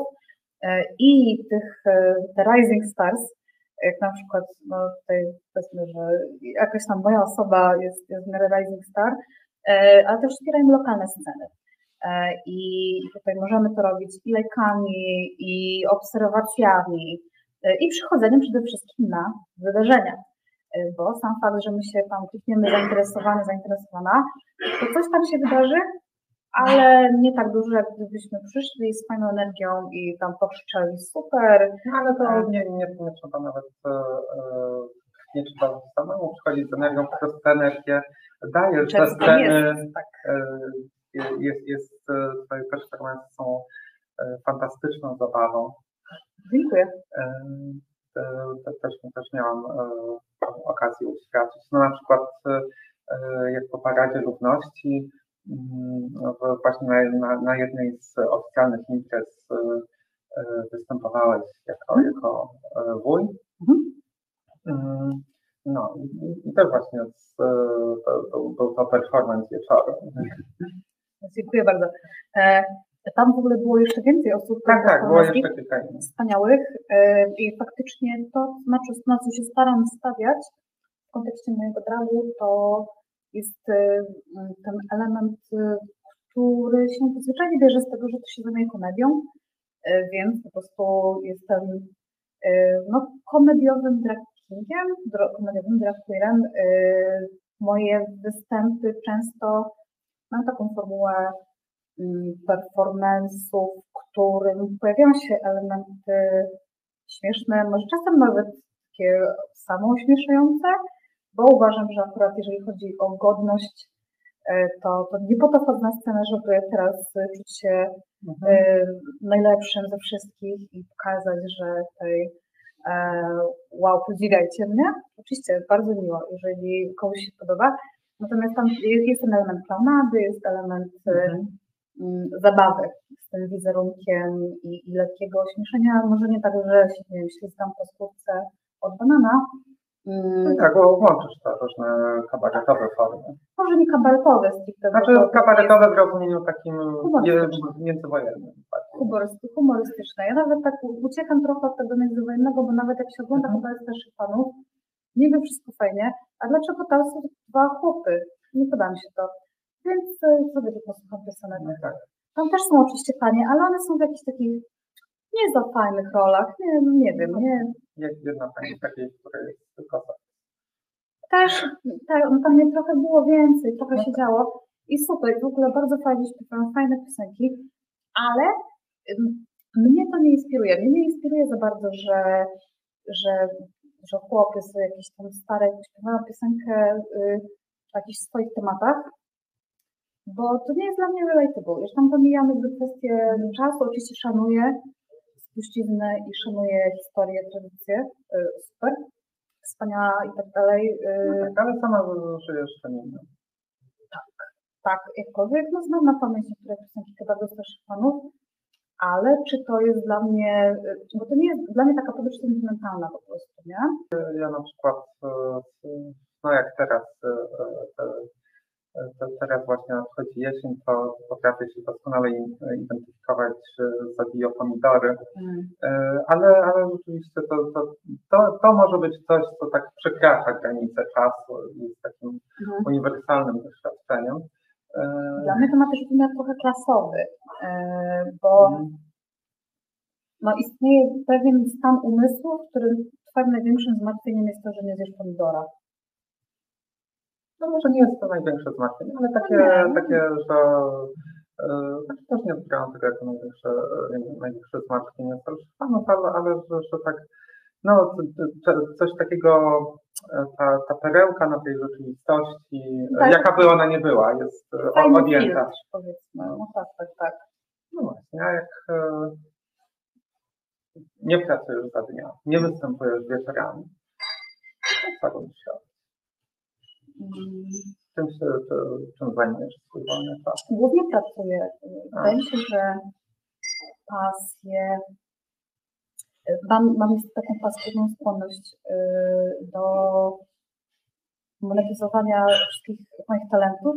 C: i tych te rising stars, jak na przykład, no tutaj powiedzmy, że jakaś tam moja osoba jest, jest w miarę rising star, ale też wspierajmy lokalne sceny. I tutaj możemy to robić i lajkami, i obserwacjami, i przychodzeniem przede wszystkim na wydarzenia. Bo sam fakt, że my się tam klikniemy zainteresowany, zainteresowana, to coś tam się wydarzy, ale nie tak dużo, jak gdybyśmy przyszli z fajną energią i tam pokrzyczeli super.
B: No ale to nie, nie, nie trzeba nawet, nie trzeba samemu przychodzić z energią, po prostu tę energię dajesz ze sceny. Tak. Jest, jest, twoje performance są fantastyczną zabawą.
C: Dziękuję.
B: Też, też miałam okazję uświadczyć. No na przykład jak po Paradzie Równości właśnie na, na, na jednej z oficjalnych imprez występowałeś jako, jako wuj. Mhm. No i też właśnie był to performance wieczoru.
C: Dziękuję bardzo. Tam w ogóle było jeszcze więcej osób.
B: Tak, tak, było jeszcze kilka
C: wspaniałych i faktycznie to, na co, na co się staram stawiać w kontekście mojego dragu, to jest ten element, który się zwyczajnie bierze z tego, że to się zajmuje komedią, więc po prostu jestem no, komediowym drag kingiem, komediowym drag queerem. Moje występy często mam taką formułę performance'ów, w którym pojawiają się elementy śmieszne, może czasem nawet takie samoośmieszające, bo uważam, że akurat jeżeli chodzi o godność, to, to nie po to wchodzę na scenę, żeby teraz czuć się mhm. najlepszym ze wszystkich i pokazać, że tej wow, podziwiajcie mnie. Oczywiście bardzo miło, jeżeli komuś się podoba. Natomiast tam jest ten element klaunady, jest element mhm. zabawy z tym wizerunkiem i, i lekkiego ośmieszenia. Może nie tak, że się nie wiem, ślizgam po skórce od banana.
B: No tak, bo łączysz to różne kabaretowe formy.
C: Może nie kabaretowe stricte.
B: Znaczy kabaretowe w rozumieniu takim międzywojennym.
C: Humorystyczne. Ja nawet tak uciekam trochę od tego międzywojennego, bo nawet jak się ogląda chyba jest starszych panów, niby wszystko fajnie, a dlaczego tam są dwa chłopy? Nie podoba mi się to. Więc sobie to posłucham piosenek.
B: No tak.
C: Tam też są oczywiście panie, ale one są w jakichś takich nie za fajnych rolach. Nie, nie wiem, nie.
B: Jest jedna pani takiej, która jest tylko tak.
C: Też, tak, no tam nie trochę było więcej, trochę się działo i super, w ogóle bardzo fajnie śpiewają, fajne piosenki, ale mnie to nie inspiruje. Mnie nie inspiruje za bardzo, że, że, że chłopy są jakieś tam stare, śpiewają piosenkę y, o jakichś swoich tematach, bo to nie jest dla mnie relatable. Już tam pomijamy kwestię czasu, oczywiście szanuję spuściznę i szanuję historię, tradycję, y, super. Wspaniała i tak dalej.
B: No tak, ale sama żyjesz czym innym.
C: Tak, tak, jakkolwiek no, znam na pamięć niektóre piosenki chyba do starszych panów, ale czy to jest dla mnie, bo to nie jest dla mnie taka podróż sentymentalna po prostu, nie?
B: Ja na przykład, no jak teraz, teraz właśnie nadchodzi jesień, to potrafię się doskonale identyfikować z Zabijo Pomidory, mm. ale, ale rzeczywiście to, to, to, to może być coś, co tak przekracza granicę czasu i jest takim mm. uniwersalnym doświadczeniem.
C: Dla mnie to ma też wymiar trochę klasowy, bo mm. no, istnieje pewien stan umysłu, w którym twoim największym zmartwieniem jest to, że nie zjesz pomidora.
B: No może nie jest to największe zmartwienie, ale takie, no takie że yy, też nie odbieram tego jako największe, największe zmartwienie starszych panów, ale, ale że, że tak, no coś takiego, ta, ta perełka na tej rzeczywistości, tak, jaka by ona nie była, jest odjęta.
C: Filtr, powiedzmy, no tak, tak, tak.
B: No właśnie, a jak yy, nie pracujesz za dnia, nie występujesz wieczorami, to co robisz? Czym, się, czym zajmujesz swój wolny czas?
C: Głównie pracuję. Wydaje mi się, że pasję. Mam, mam taką pasywną skłonność do monetyzowania wszystkich moich talentów.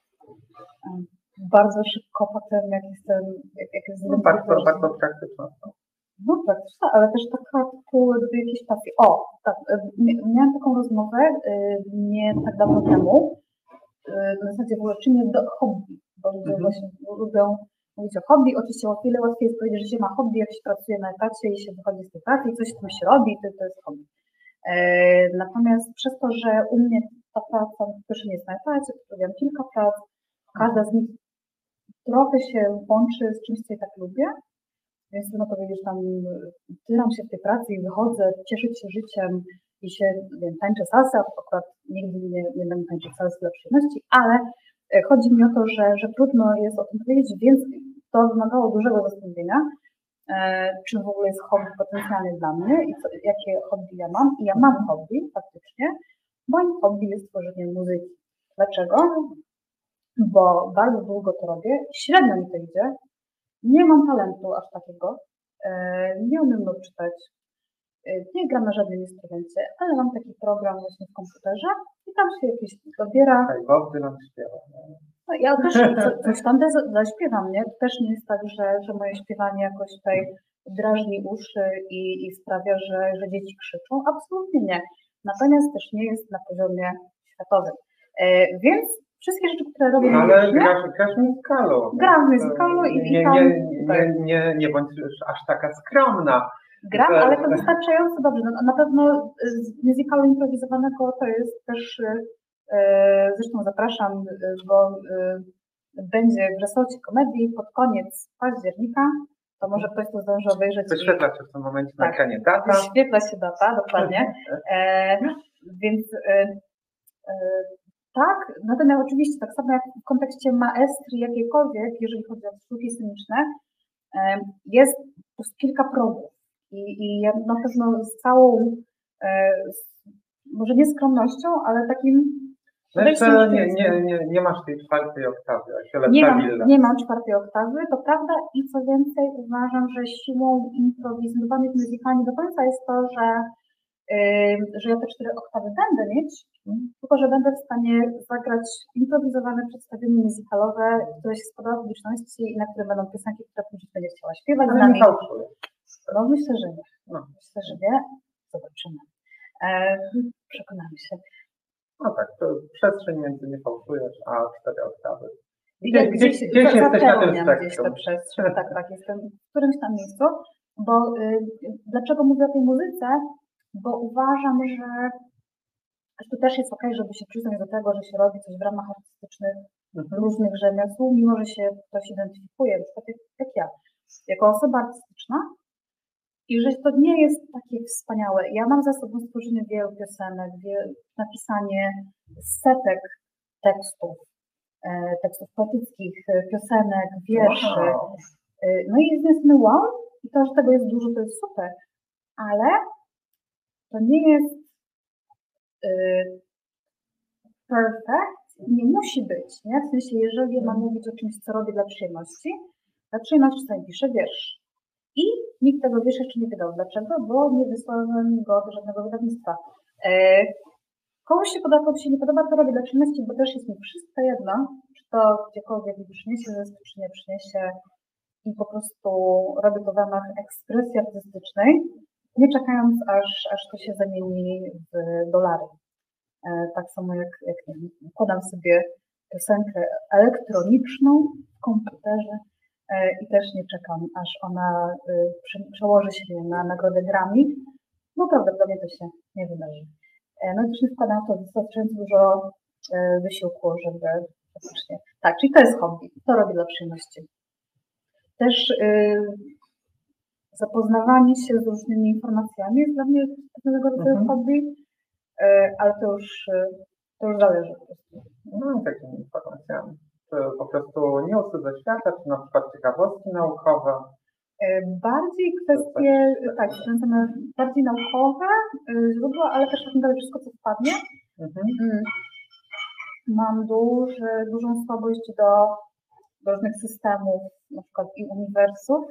C: Bardzo szybko potem, jak jestem. Jak, jak jest
B: no, bardzo, bardzo praktyczna.
C: No praktyczna, ale też taka tytuł jakiejś pasji. O, tak, miałam taką rozmowę nie tak dawno temu, na zasadzie w ogóle czym jest hobby, bo ludzie mm-hmm. właśnie lubią mówić o hobby. Oczywiście o wiele łatwiej jest powiedzieć, że się ma hobby, jak się pracuje na etacie i się wychodzi z tej pracy i coś tam się robi, to, to jest hobby. Natomiast przez to, że u mnie ta praca też nie jest na etacie, robiłam kilka prac, każda z nich trochę się łączy z czymś, co ja tak lubię. Więc trudno powiedzieć, tam tyram się w tej pracy i wychodzę, cieszyć się życiem i się wiem, tańczę salsę, akurat nigdy nie, nie będę tańczyć salsy dla przyjemności, ale chodzi mi o to, że, że trudno jest o tym powiedzieć, więc to wymagało dużego zastanowienia, e, czym w ogóle jest hobby potencjalnie dla mnie i co, jakie hobby ja mam. I ja mam hobby faktycznie. Moim hobby jest tworzenie muzyki. Dlaczego? Bo bardzo długo to robię, średnio mi to idzie. Nie mam talentu aż takiego, nie umiem nót czytać, nie gram na żadnym instrumencie, ale mam taki program właśnie w komputerze i tam się jakieś dobiera.
B: Tak, Bob Dylan śpiewa.
C: No, ja też coś tam zaśpiewam, nie? To też nie jest tak, że, że moje śpiewanie jakoś tutaj drażni uszy i, i sprawia, że, że dzieci krzyczą. Absolutnie nie. Natomiast też nie jest na poziomie światowym. Więc wszystkie rzeczy, które robię...
B: No, ale grasz, grasz muzykalu.
C: Gram muzykalu i
B: nie,
C: tam...
B: Nie, nie, nie, nie bądź aż taka skromna.
C: Gram, że... ale to wystarczająco dobrze. No, na pewno z muzykalu improwizowanego to jest też... E, zresztą zapraszam, bo e, będzie w resorcie komedii pod koniec października. To może ktoś to zdąży obejrzeć.
B: Wyświetla się w tym momencie na ekranie data.
C: Wyświetla się data, dokładnie. E, więc... E, e, Tak, natomiast oczywiście tak samo jak w kontekście maestrii jakiejkolwiek, jeżeli chodzi o sztuki sceniczne, jest kilka progów I, i ja na pewno z całą, e, z, może nie skromnością, ale takim
B: No jeszcze nie, nie, nie, nie masz tej czwartej oktawy,
C: nie mam, nie mam czwartej oktawy, to prawda, i co więcej uważam, że siłą improwizowanych muzyka nie do końca jest to, że, yy, że ja te cztery oktawy będę mieć, tylko że będę w stanie zagrać improwizowane przedstawienie muzykalowe, które się spodoba publiczności i na które będą piosenki, które publiczność będzie chciała śpiewać z nami. No myślę, że nie. No, myślę, że nie. Zobaczymy. E, przekonamy się.
B: No tak, to przestrzeń między nie fałszujesz, a cztery oktawy.
C: Gdzieś, gdzieś, gdzieś, gdzieś jesteś na tym spektrum. Tę przestrzeń, tak, tak, jestem w którymś tam miejscu, bo y, dlaczego mówię o tej muzyce? Bo uważam, że to też jest okej, żeby się przyznać do tego, że się robi coś w ramach artystycznych mhm. różnych rzemiosł, mimo że się ktoś identyfikuje, na przykład jak ja, jako osoba artystyczna, i że to nie jest takie wspaniałe. Ja mam za sobą stworzenie wielu piosenek, wielu, napisanie setek tekstów, e, tekstów poetyckich, piosenek, wierszy. Wow. E, no i jest wow, i to, że tego jest dużo, to jest super, ale to nie jest e, perfect, nie musi być, nie? W sensie, jeżeli ja mam mówić o czymś, co robię dla przyjemności, dla przyjemności sobie piszę wiersz. I nikt tego wiersza jeszcze nie wydał. Dlaczego? Bo nie wysłałem go do żadnego wydawnictwa. E, komuś się podoba, komuś się nie podoba, to robię dla przyjemności, bo też jest mi wszystko jedno, czy to gdziekolwiek mi przyniesie zysk, czy nie przyniesie, i po prostu robię to w ramach ekspresji artystycznej, nie czekając, aż, aż to się zamieni w dolary. E, tak samo jak, jak nie wiem, podam sobie piosenkę elektroniczną w komputerze, i też nie czekam, aż ona y, przełoży się na nagrodę Grammy, bo prawdopodobnie to się nie wydarzy. No i też nie wkładam w to wystarczająco dużo y, wysiłku, żeby faktycznie... Tak, czyli to jest hobby, to robię dla przyjemności. Też y, zapoznawanie się z różnymi informacjami jest dla mnie pewnego rodzaju mhm. hobby, y, ale to już, y, to już zależy po prostu.
B: No, takimi informacjami. Po prostu newsy ze świata, czy na przykład ciekawostki naukowe?
C: Bardziej kwestie, tak, związane bardziej naukowe źródła, ale też tak naprawdę wszystko, co wpadnie. Mhm. Mam duży, dużą słabość do, do różnych systemów, na przykład i uniwersów.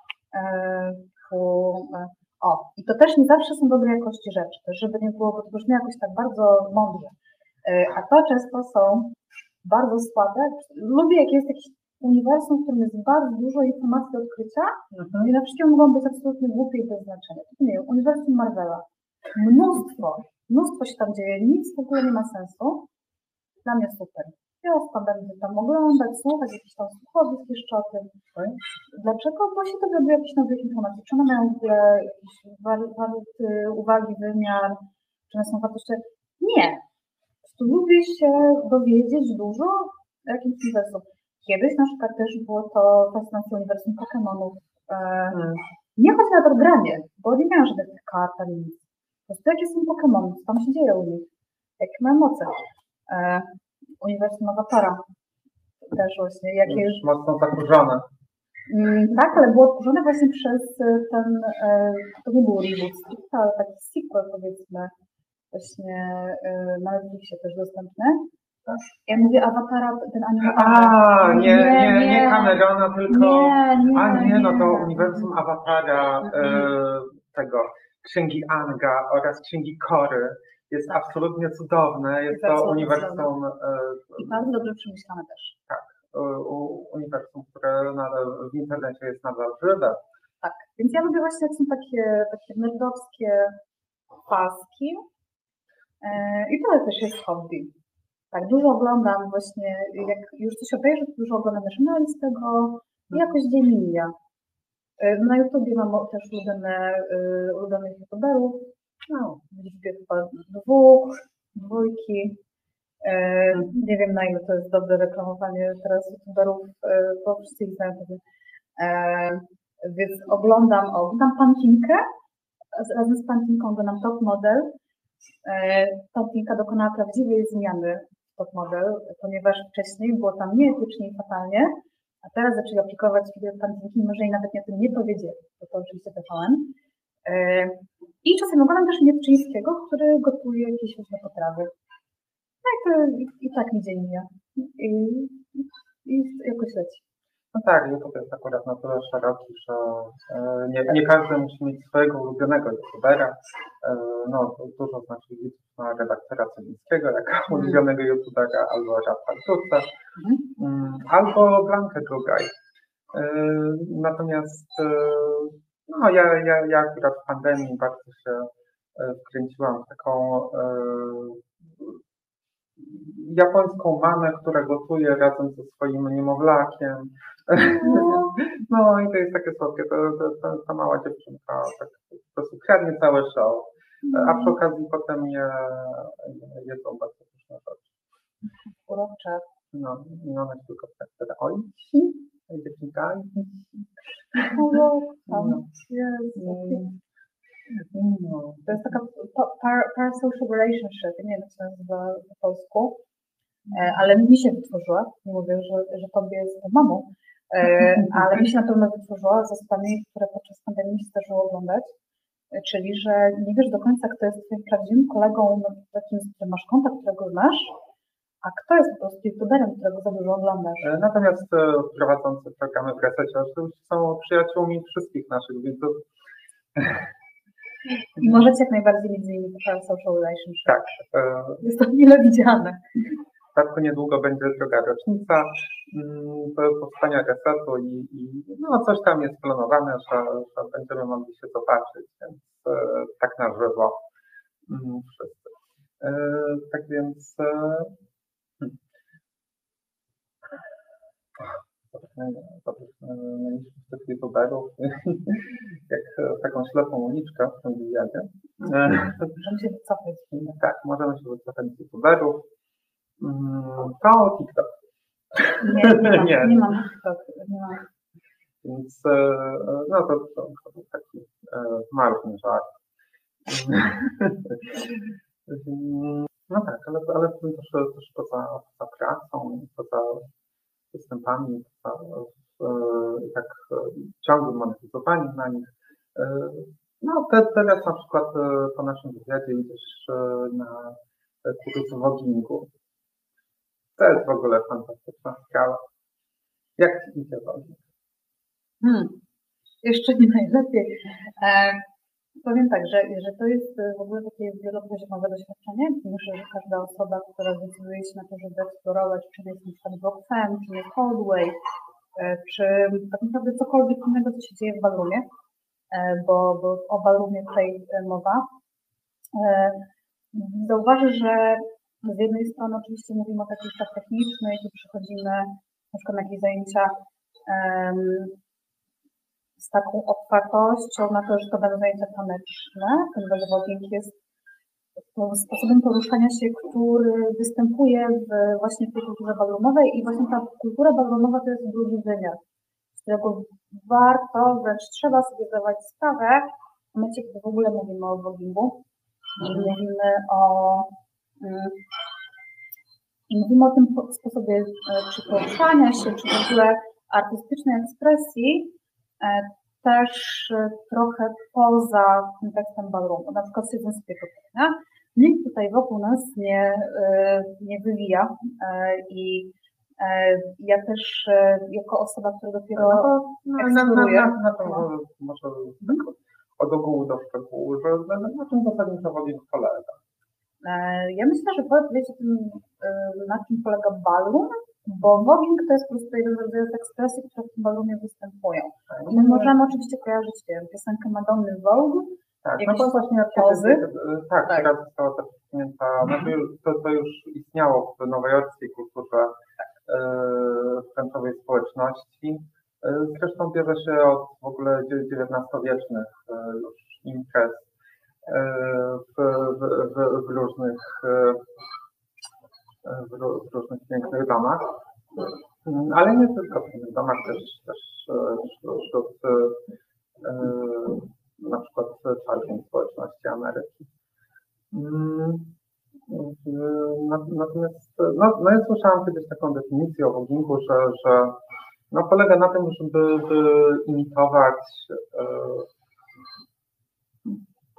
C: O, i to też nie zawsze są dobrej jakości rzeczy, też żeby nie było, bo to brzmi jakoś tak bardzo mądrze. A to często są bardzo słabe. Lubię, jak jest jakiś uniwersum, w którym jest bardzo dużo informacji do odkrycia mhm. i na wszystkie mogą być absolutnie głupie i bez znaczenia. Nie wiem, uniwersum Marvela. Mnóstwo, mnóstwo się tam dzieje, nic w ogóle nie ma sensu. Dla mnie super. Ja tam będę tam oglądać, słuchać jakichś tam słuchowisk jeszcze o tym. Okay. Dlaczego? Bo się dowiaduję jakichś nowych informacji. Czy one mają w ogóle jakieś waruty, uwagi, wymiar, czy one są wartości? Nie. Lubię się dowiedzieć dużo o jakimś uniwersum. Kiedyś na przykład też było to fascynacja uniwersum Pokemonów. Hmm. Nie chodzi na to granie, bo nie miałam żadnych tych kart ani nic. Po prostu jakie są Pokemony, co tam się dzieje u nich, jakie mają moce. E, uniwersum Awatara też właśnie. Jakie...
B: Już mocno zakurzone.
C: Mm, tak, ale było odkurzone właśnie przez ten, e, to nie był reboot, ale taki sequel powiedzmy. Właśnie y, na Netflixie też dostępny. Tak? Ja mówię Awatara, ten anime.
B: A, nie, nie, nie, nie Camerona, tylko...
C: Nie, nie,
B: A nie, no to uniwersum Awatara, y, tego, księgi Anga oraz księgi Kory jest tak. absolutnie cudowne. Jest, jest to uniwersum...
C: I bardzo dobrze przemyślane też.
B: Tak, y, uniwersum, które nadal, w internecie jest nadal żywe.
C: Tak, więc ja lubię właśnie, jak są takie, takie nerdowskie paski. I to też jest hobby. Tak, dużo oglądam właśnie, jak już coś obejrzę, to dużo oglądam nasz z tego i jakoś dzień mija. Na YouTubie mam też ulubione, ulubionych youtuberów, no, w liczbie chyba dwóch, dwójki. Nie wiem, na ile to jest dobre reklamowanie teraz youtuberów, bo wszyscy ich znają. Więc oglądam, oglądam Pantinkę, razem z Pantinką oglądam Top Model. Pantinka dokonała prawdziwej zmiany w Top Model, ponieważ wcześniej było tam nieetycznie i fatalnie, a teraz zaczęli aplikować video Pantinki, może i nawet o tym nie powiedzieli, bo to oczywiście T V N. I czasem oglądam też Niewczyńskiego, który gotuje jakieś różne potrawy. No i to i, i tak mi dzień mija. I, i jakoś leci.
B: No tak, YouTube jest akurat na tyle szeroki, że nie, nie każdy musi mieć swojego ulubionego youtubera. No, dużo z naszych widzów ma redaktora Celińskiego jako mm. ulubionego youtubera, albo Rafał Turca, mm. albo Blankę Drugaj. Natomiast no, ja, ja, ja akurat w pandemii bardzo się wkręciłam w taką japońską mamę, która gotuje razem ze swoim niemowlakiem. No, no i to jest takie słodkie, to, to, to, ta mała dziewczynka tak po prostu kradnie całe show, a przy okazji potem je, jedzą bardzo pyszne rzeczy.
C: Urocze.
B: No, i one się tylko tak wtedy, oj, oj dziewczynka,
C: no. No. To jest taka par, parasocial relationship, nie wiem, jak się nazywa po polsku, ale mi się wytworzyła, nie mówię, że, że tobie z mamą, ale mi się na pewno wytworzyła z osobami, które podczas pandemii się zdarzyło oglądać, czyli, że nie wiesz do końca, kto jest twoim prawdziwym kolegą, takim, z którym masz kontakt, którego znasz, a kto jest po prostu youtuberem, którego za dużo oglądasz.
B: Natomiast prowadzący programy w Resecie oczywiście są przyjaciółmi wszystkich naszych widzów.
C: I możecie jak najbardziej między innymi social relationship.
B: Tak.
C: Jest to mile widziane.
B: W przypadku niedługo będzie druga rocznica powstania Resetu i, i no, coś tam jest planowane, że, że będziemy mogli się zobaczyć, więc tak na żywo wszyscy. Tak więc mieliśmy tych youtuberów, jak taką ślepą uliczkę w tym wywiadzie.
C: Możemy się wycofać.
B: Tak, możemy się wycofać z youtuberów. To TikTok.
C: Nie, nie mam, nie, nie mam TikTok. Nie mam.
B: Więc no to, to, to był taki marny żart. No tak, ale, ale też, też poza, poza pracą, poza występami, i tak ciągłym monetyzowaniem na nich. No te, teraz na przykład po naszym wywiadzie idziesz na kurs vlogingu. To jest w ogóle fantastyczna sprawa. Jak ci idzie vloging?
C: Hmm. Jeszcze nie najlepiej. E, powiem tak, że, że to jest w ogóle takie wielopoziomowe doświadczenie. Myślę, że każda osoba, która decyduje się na to, żeby eksplorować, czy jest na przykład Blockfem, czy jest Coldwave, czy tak naprawdę cokolwiek innego, co się dzieje w ballroomie, bo, bo o ballroomie tutaj mowa. Zauważy, że z jednej strony oczywiście mówimy o takich rzeczach technicznych i przechodzimy na przykład na jakieś zajęcia um, z taką otwartością na to, że to będą zajęcia taneczne, ponieważ vlogging jest sposobem poruszania się, który występuje w, właśnie w tej kulturze ballroomowej i właśnie ta kultura ballroomowa to jest drugi wymiar, z którego warto, wręcz trzeba sobie zdawać sprawę w momencie, kiedy w ogóle mówimy o vloggingu i mówimy o i mówimy o tym sposobie czy poruszania się, czy w ogóle artystycznej ekspresji, też trochę poza kontekstem ballroomu, na przykład siedząc w piekotach. Nikt tutaj wokół nas nie, nie wywija i ja też jako osoba, która dopiero
B: no, eksploruje. Na, na, na to może, może tak od ogółu do szczegółu, że na czym zasadniczo vlogging polega?
C: Ja myślę, że wolę powiedzieć o tym, na czym polega ballroom, bo vlogging to jest po prostu jeden z rodzajów ekspresji, które w tym ballroomie występują. I my możemy oczywiście kojarzyć wiem, piosenkę Madonny Vogue,
B: tak,
C: jakieś
B: no to właśnie
C: pozy.
B: Tak, tak, teraz została też wsunięta, znaczy to, to już istniało w nowojorskiej kulturze tęczowej społeczności. Zresztą bierze się od w ogóle dziewiętnastowiecznych już imprez w, w, w, w różnych w, w różnych pięknych domach, ale nie tylko w tych domach, też, też wśród na przykład czarnej społeczności Ameryki. Natomiast no, no ja słyszałam kiedyś taką definicję o vloggingu, że, że no, polega na tym, żeby by imitować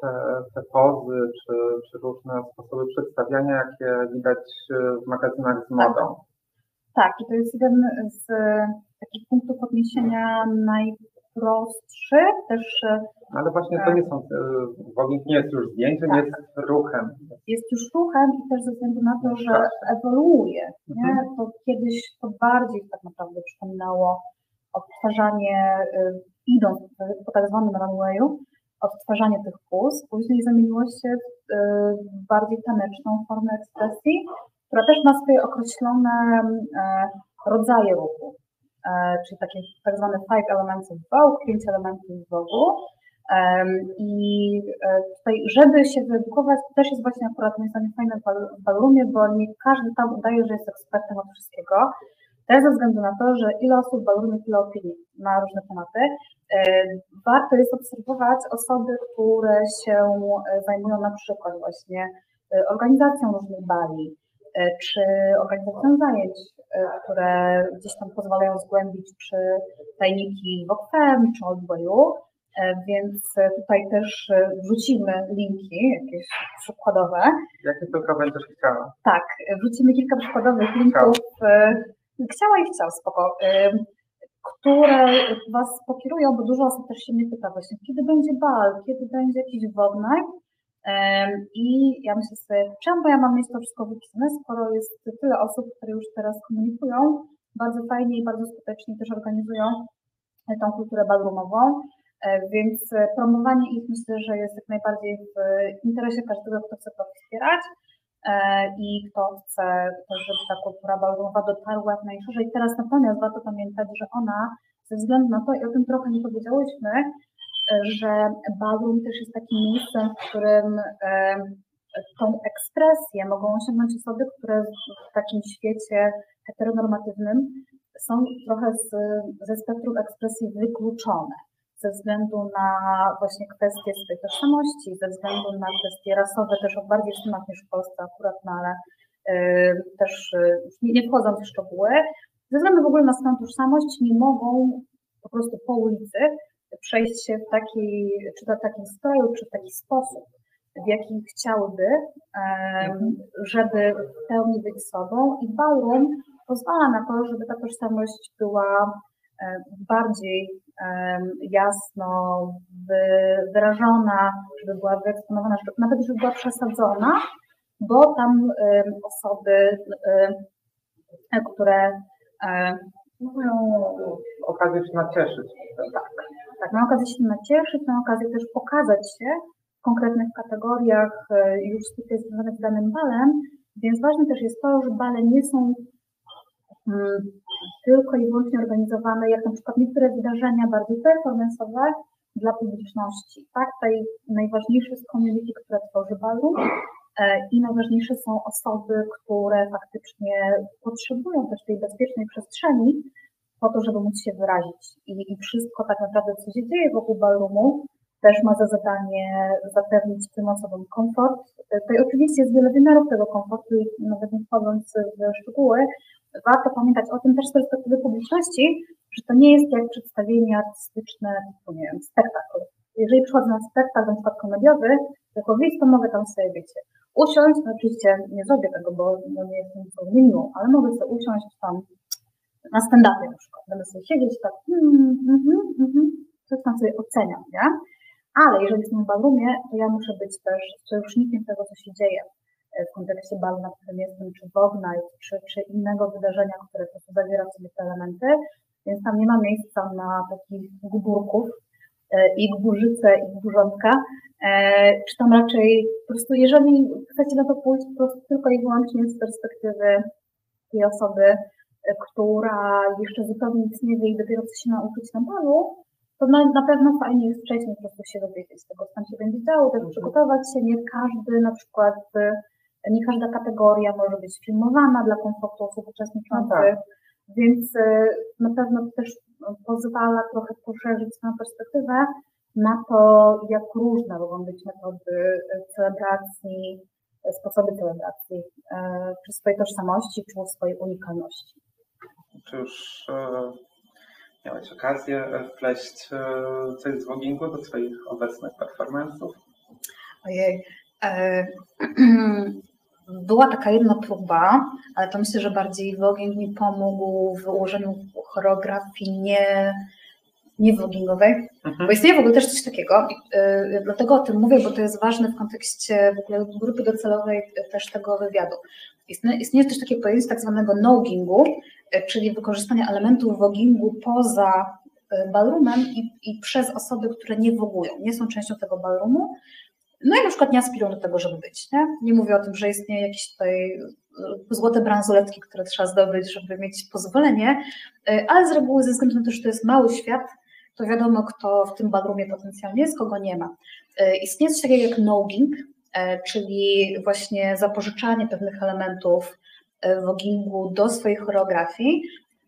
B: te, te pozy czy, czy różne sposoby przedstawiania, jakie widać w magazynach z modą.
C: Tak, i to jest jeden z takich punktów odniesienia najprostszych też.
B: Ale właśnie to nie są, woging nie jest już zdjęciem, tak. Jest ruchem.
C: Jest już ruchem i też ze względu na to, że ewoluuje. Nie? Mhm. To kiedyś to bardziej tak naprawdę przypominało odtwarzanie, idąc po tak zwanym runwayu, odtwarzanie tych pust. Później zamieniło się w bardziej taneczną formę ekspresji, która też ma swoje określone rodzaje ruchu, czyli takie tak zwane five elements of Vogue, pięć elementów Vogue'u. I tutaj, żeby się wyedukować, to też jest właśnie akurat moim zdaniem fajne w ballroomie, bo nie każdy tam udaje, że jest ekspertem od wszystkiego. Też ze względu na to, że ile osób w ballroomie, tyle opinii na różne tematy. Warto jest obserwować osoby, które się zajmują na przykład właśnie organizacją różnych bali, czy organizacją zajęć, które gdzieś tam pozwalają zgłębić czy tajniki Vogue Femme, czy Oldboyu. Więc tutaj też wrzucimy linki jakieś przykładowe.
B: Jakie tylko będziesz chciała.
C: Tak, wrzucimy kilka przykładowych linków. Chciała i chciał, spoko. Które Was pokierują, bo dużo osób też się mnie pyta właśnie, kiedy będzie bal, kiedy będzie jakiś Vogue Night. I ja myślę sobie, czemu ja mam mieć to wszystko wypisane, skoro jest tyle osób, które już teraz komunikują, bardzo fajnie i bardzo skutecznie też organizują tą kulturę ballroomową. Więc promowanie ich myślę, że jest jak najbardziej w interesie każdego, kto chce to wspierać i kto chce też, żeby ta kultura ballroomowa dotarła jak najszerzej. Teraz natomiast warto pamiętać, że ona ze względu na to, i o tym trochę nie powiedziałyśmy, że ballroom też jest takim miejscem, w którym tą ekspresję mogą osiągnąć osoby, które w takim świecie heteronormatywnym są trochę z, ze spektrum ekspresji wykluczone. Ze względu na właśnie kwestie swojej tożsamości, ze względu na kwestie rasowe, też o bardziej w temat niż w Polsce akurat, no ale y, też y, nie, nie wchodząc w szczegóły, ze względu w ogóle na swoją tożsamość nie mogą po prostu po ulicy przejść się w takiej, czy to w takim stroju, czy w taki sposób, w jaki chciałyby, y, żeby w pełni być sobą, i ballroom pozwala na to, żeby ta tożsamość była bardziej jasno wyrażona, żeby była wyeksponowana, żeby, nawet żeby była przesadzona, bo tam osoby, które
B: mają okazję się nacieszyć.
C: Tak, tak, mają okazję się nacieszyć, mają okazję też pokazać się w konkretnych kategoriach już stricte związanych z danym balem, więc ważne też jest to, że bale nie są tylko i wyłącznie organizowane, jak na przykład niektóre wydarzenia bardziej performance'owe dla publiczności. Tak, tutaj najważniejsze jest community, które tworzy ballroom i najważniejsze są osoby, które faktycznie potrzebują też tej bezpiecznej przestrzeni po to, żeby móc się wyrazić. I, i wszystko tak naprawdę, co się dzieje wokół ballroomu, też ma za zadanie zapewnić tym osobom komfort. Tutaj oczywiście jest wiele wymiarów tego komfortu i nawet nie wchodząc w szczegóły, warto pamiętać o tym też z perspektywy publiczności, że to nie jest jak przedstawienie artystyczne, nie wiem, spektakl. Jeżeli przychodzę na spektakl, na przykład komediowy, jako widz, to mogę tam sobie, wiecie, usiąść, no oczywiście nie zrobię tego, bo no nie jestem to niemiłą, ale mogę sobie usiąść tam na stand-upie na przykład, będę sobie siedzieć tak, hmm, mhm, mhm, coś tam sobie oceniam, nie? Ale jeżeli jestem w ballroomie, to ja muszę być też sojusznikiem tego, co się dzieje w kontekście balu, na którym jestem, czy Vogue Night, czy, czy innego wydarzenia, które po prostu zawiera w sobie te elementy, więc tam nie ma miejsca na takich gburków i gburzyce i gburzątka, czy tam raczej po prostu, jeżeli chcecie na to pójść po prostu tylko i wyłącznie z perspektywy tej osoby, która jeszcze zupełnie nic nie wie i dopiero chce się nauczyć na balu, to na, na pewno fajnie jest wcześniej po prostu się dowiedzieć z tego, co tam się będzie działo, też przygotować się. Nie każdy, na przykład, nie każda kategoria może być filmowana dla komfortu osób uczestniczących, no tak. Więc na pewno to też pozwala trochę poszerzyć swoją perspektywę na to, jak różne mogą być metody celebracji, sposoby celebracji, czy swojej tożsamości, czy swojej unikalności.
B: Czy już miałeś okazję wpleść coś z voguingu do swoich obecnych performance'ów?
C: Ojej. E, była taka jedna próba, ale to myślę, że bardziej vlogging mi pomógł w ułożeniu choreografii nie, nie vloggingowej, mhm. bo istnieje w ogóle też coś takiego, e, dlatego o tym mówię, bo to jest ważne w kontekście w ogóle grupy docelowej też tego wywiadu. Istnieje, istnieje też takie pojęcie tak zwanego nogingu, e, czyli wykorzystania elementów vloggingu poza ballroomem i, i przez osoby, które nie vlogują, nie są częścią tego ballroomu, no i na przykład nie aspirują do tego, żeby być. Nie, nie mówię o tym, że istnieje jakieś tutaj złote bransoletki, które trzeba zdobyć, żeby mieć pozwolenie, ale z reguły ze względu na to, że to jest mały świat, to wiadomo, kto w tym ballroomie potencjalnie jest, kogo nie ma. Istnieje coś takiego jak nogging, czyli właśnie zapożyczanie pewnych elementów vlogingu do swojej choreografii,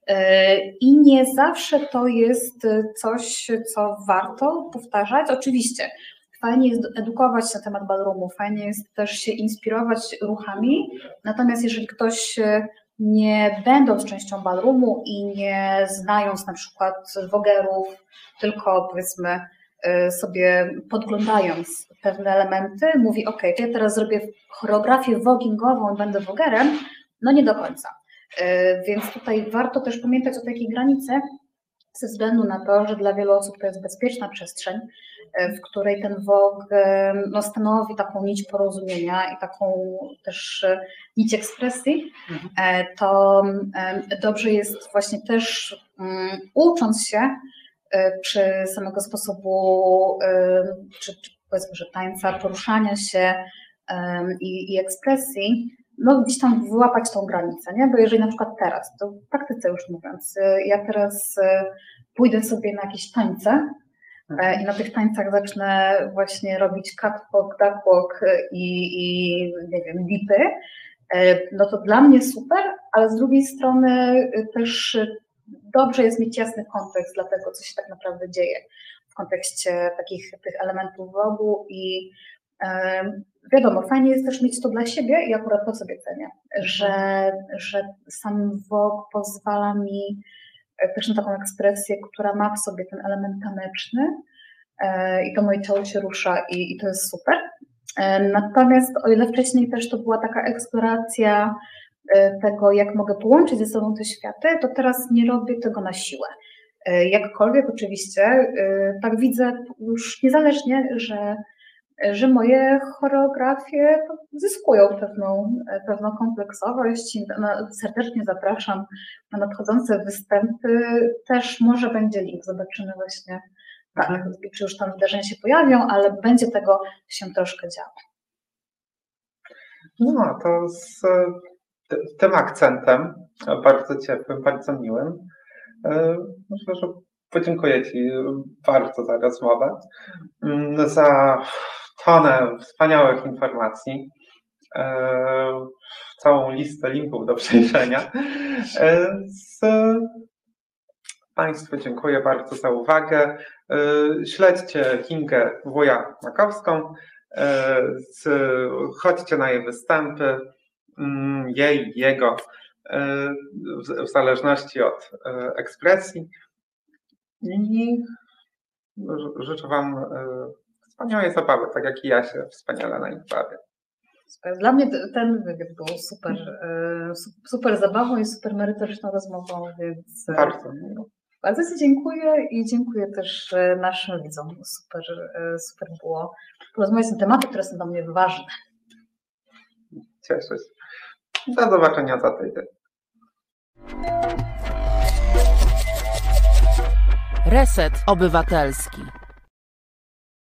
C: i nie zawsze to jest coś, co warto powtarzać. Oczywiście fajnie jest edukować się na temat ballroomu, fajnie jest też się inspirować ruchami, natomiast jeżeli ktoś nie będąc częścią ballroomu i nie znając na przykład vogerów, tylko powiedzmy sobie podglądając pewne elementy, mówi ok, to ja teraz zrobię choreografię vloggingową i będę vogerem, no nie do końca. Więc tutaj warto też pamiętać o takiej granicy ze względu na to, że dla wielu osób to jest bezpieczna przestrzeń, w której ten vlog no, stanowi taką nić porozumienia i taką też nić ekspresji, to dobrze jest właśnie też ucząc się czy samego sposobu, czy, czy powiedzmy, że tańca, poruszania się i, i ekspresji, no gdzieś tam wyłapać tą granicę, nie? Bo jeżeli na przykład teraz, to w praktyce już mówiąc, ja teraz pójdę sobie na jakieś tańce i na tych tańcach zacznę właśnie robić catwalk, duckwalk i, i nie wiem, dipy, no to dla mnie super, ale z drugiej strony też dobrze jest mieć jasny kontekst dla tego, co się tak naprawdę dzieje w kontekście takich tych elementów vlogu i wiadomo, fajnie jest też mieć to dla siebie i akurat to sobie cenię, że, że sam vlog pozwala mi też na taką ekspresję, która ma w sobie ten element taneczny i to moje ciało się rusza i, i to jest super. Natomiast o ile wcześniej też to była taka eksploracja tego, jak mogę połączyć ze sobą te światy, to teraz nie robię tego na siłę. Jakkolwiek oczywiście, tak widzę już niezależnie, że że moje choreografie zyskują pewną, pewną kompleksowość. Serdecznie zapraszam na nadchodzące występy. Też może będzie link, zobaczymy właśnie, tak, czy już tam wydarzenia się pojawią, ale będzie tego się troszkę działo.
B: No, to z tym akcentem, bardzo ciepłym, bardzo miłym, myślę, że podziękuję Ci bardzo za rozmowę, za tonę wspaniałych informacji, całą listę linków do przejrzenia. Z Państwu dziękuję bardzo za uwagę. Śledźcie Kingę Wuja-Makowską, chodźcie na jej występy, jej, jego, w zależności od ekspresji. I życzę Wam wspaniałej zabawy, tak jak i ja się wspaniale na nich bawię.
C: Dla mnie ten wywiad był super, super zabawą i super merytoryczną rozmową, więc
B: bardzo,
C: bardzo Ci dziękuję i dziękuję też naszym widzom. Super, super było porozmawiać na tematy, które są dla mnie ważne.
B: Cieszę się. Do zobaczenia za tydzień.
D: Reset Obywatelski.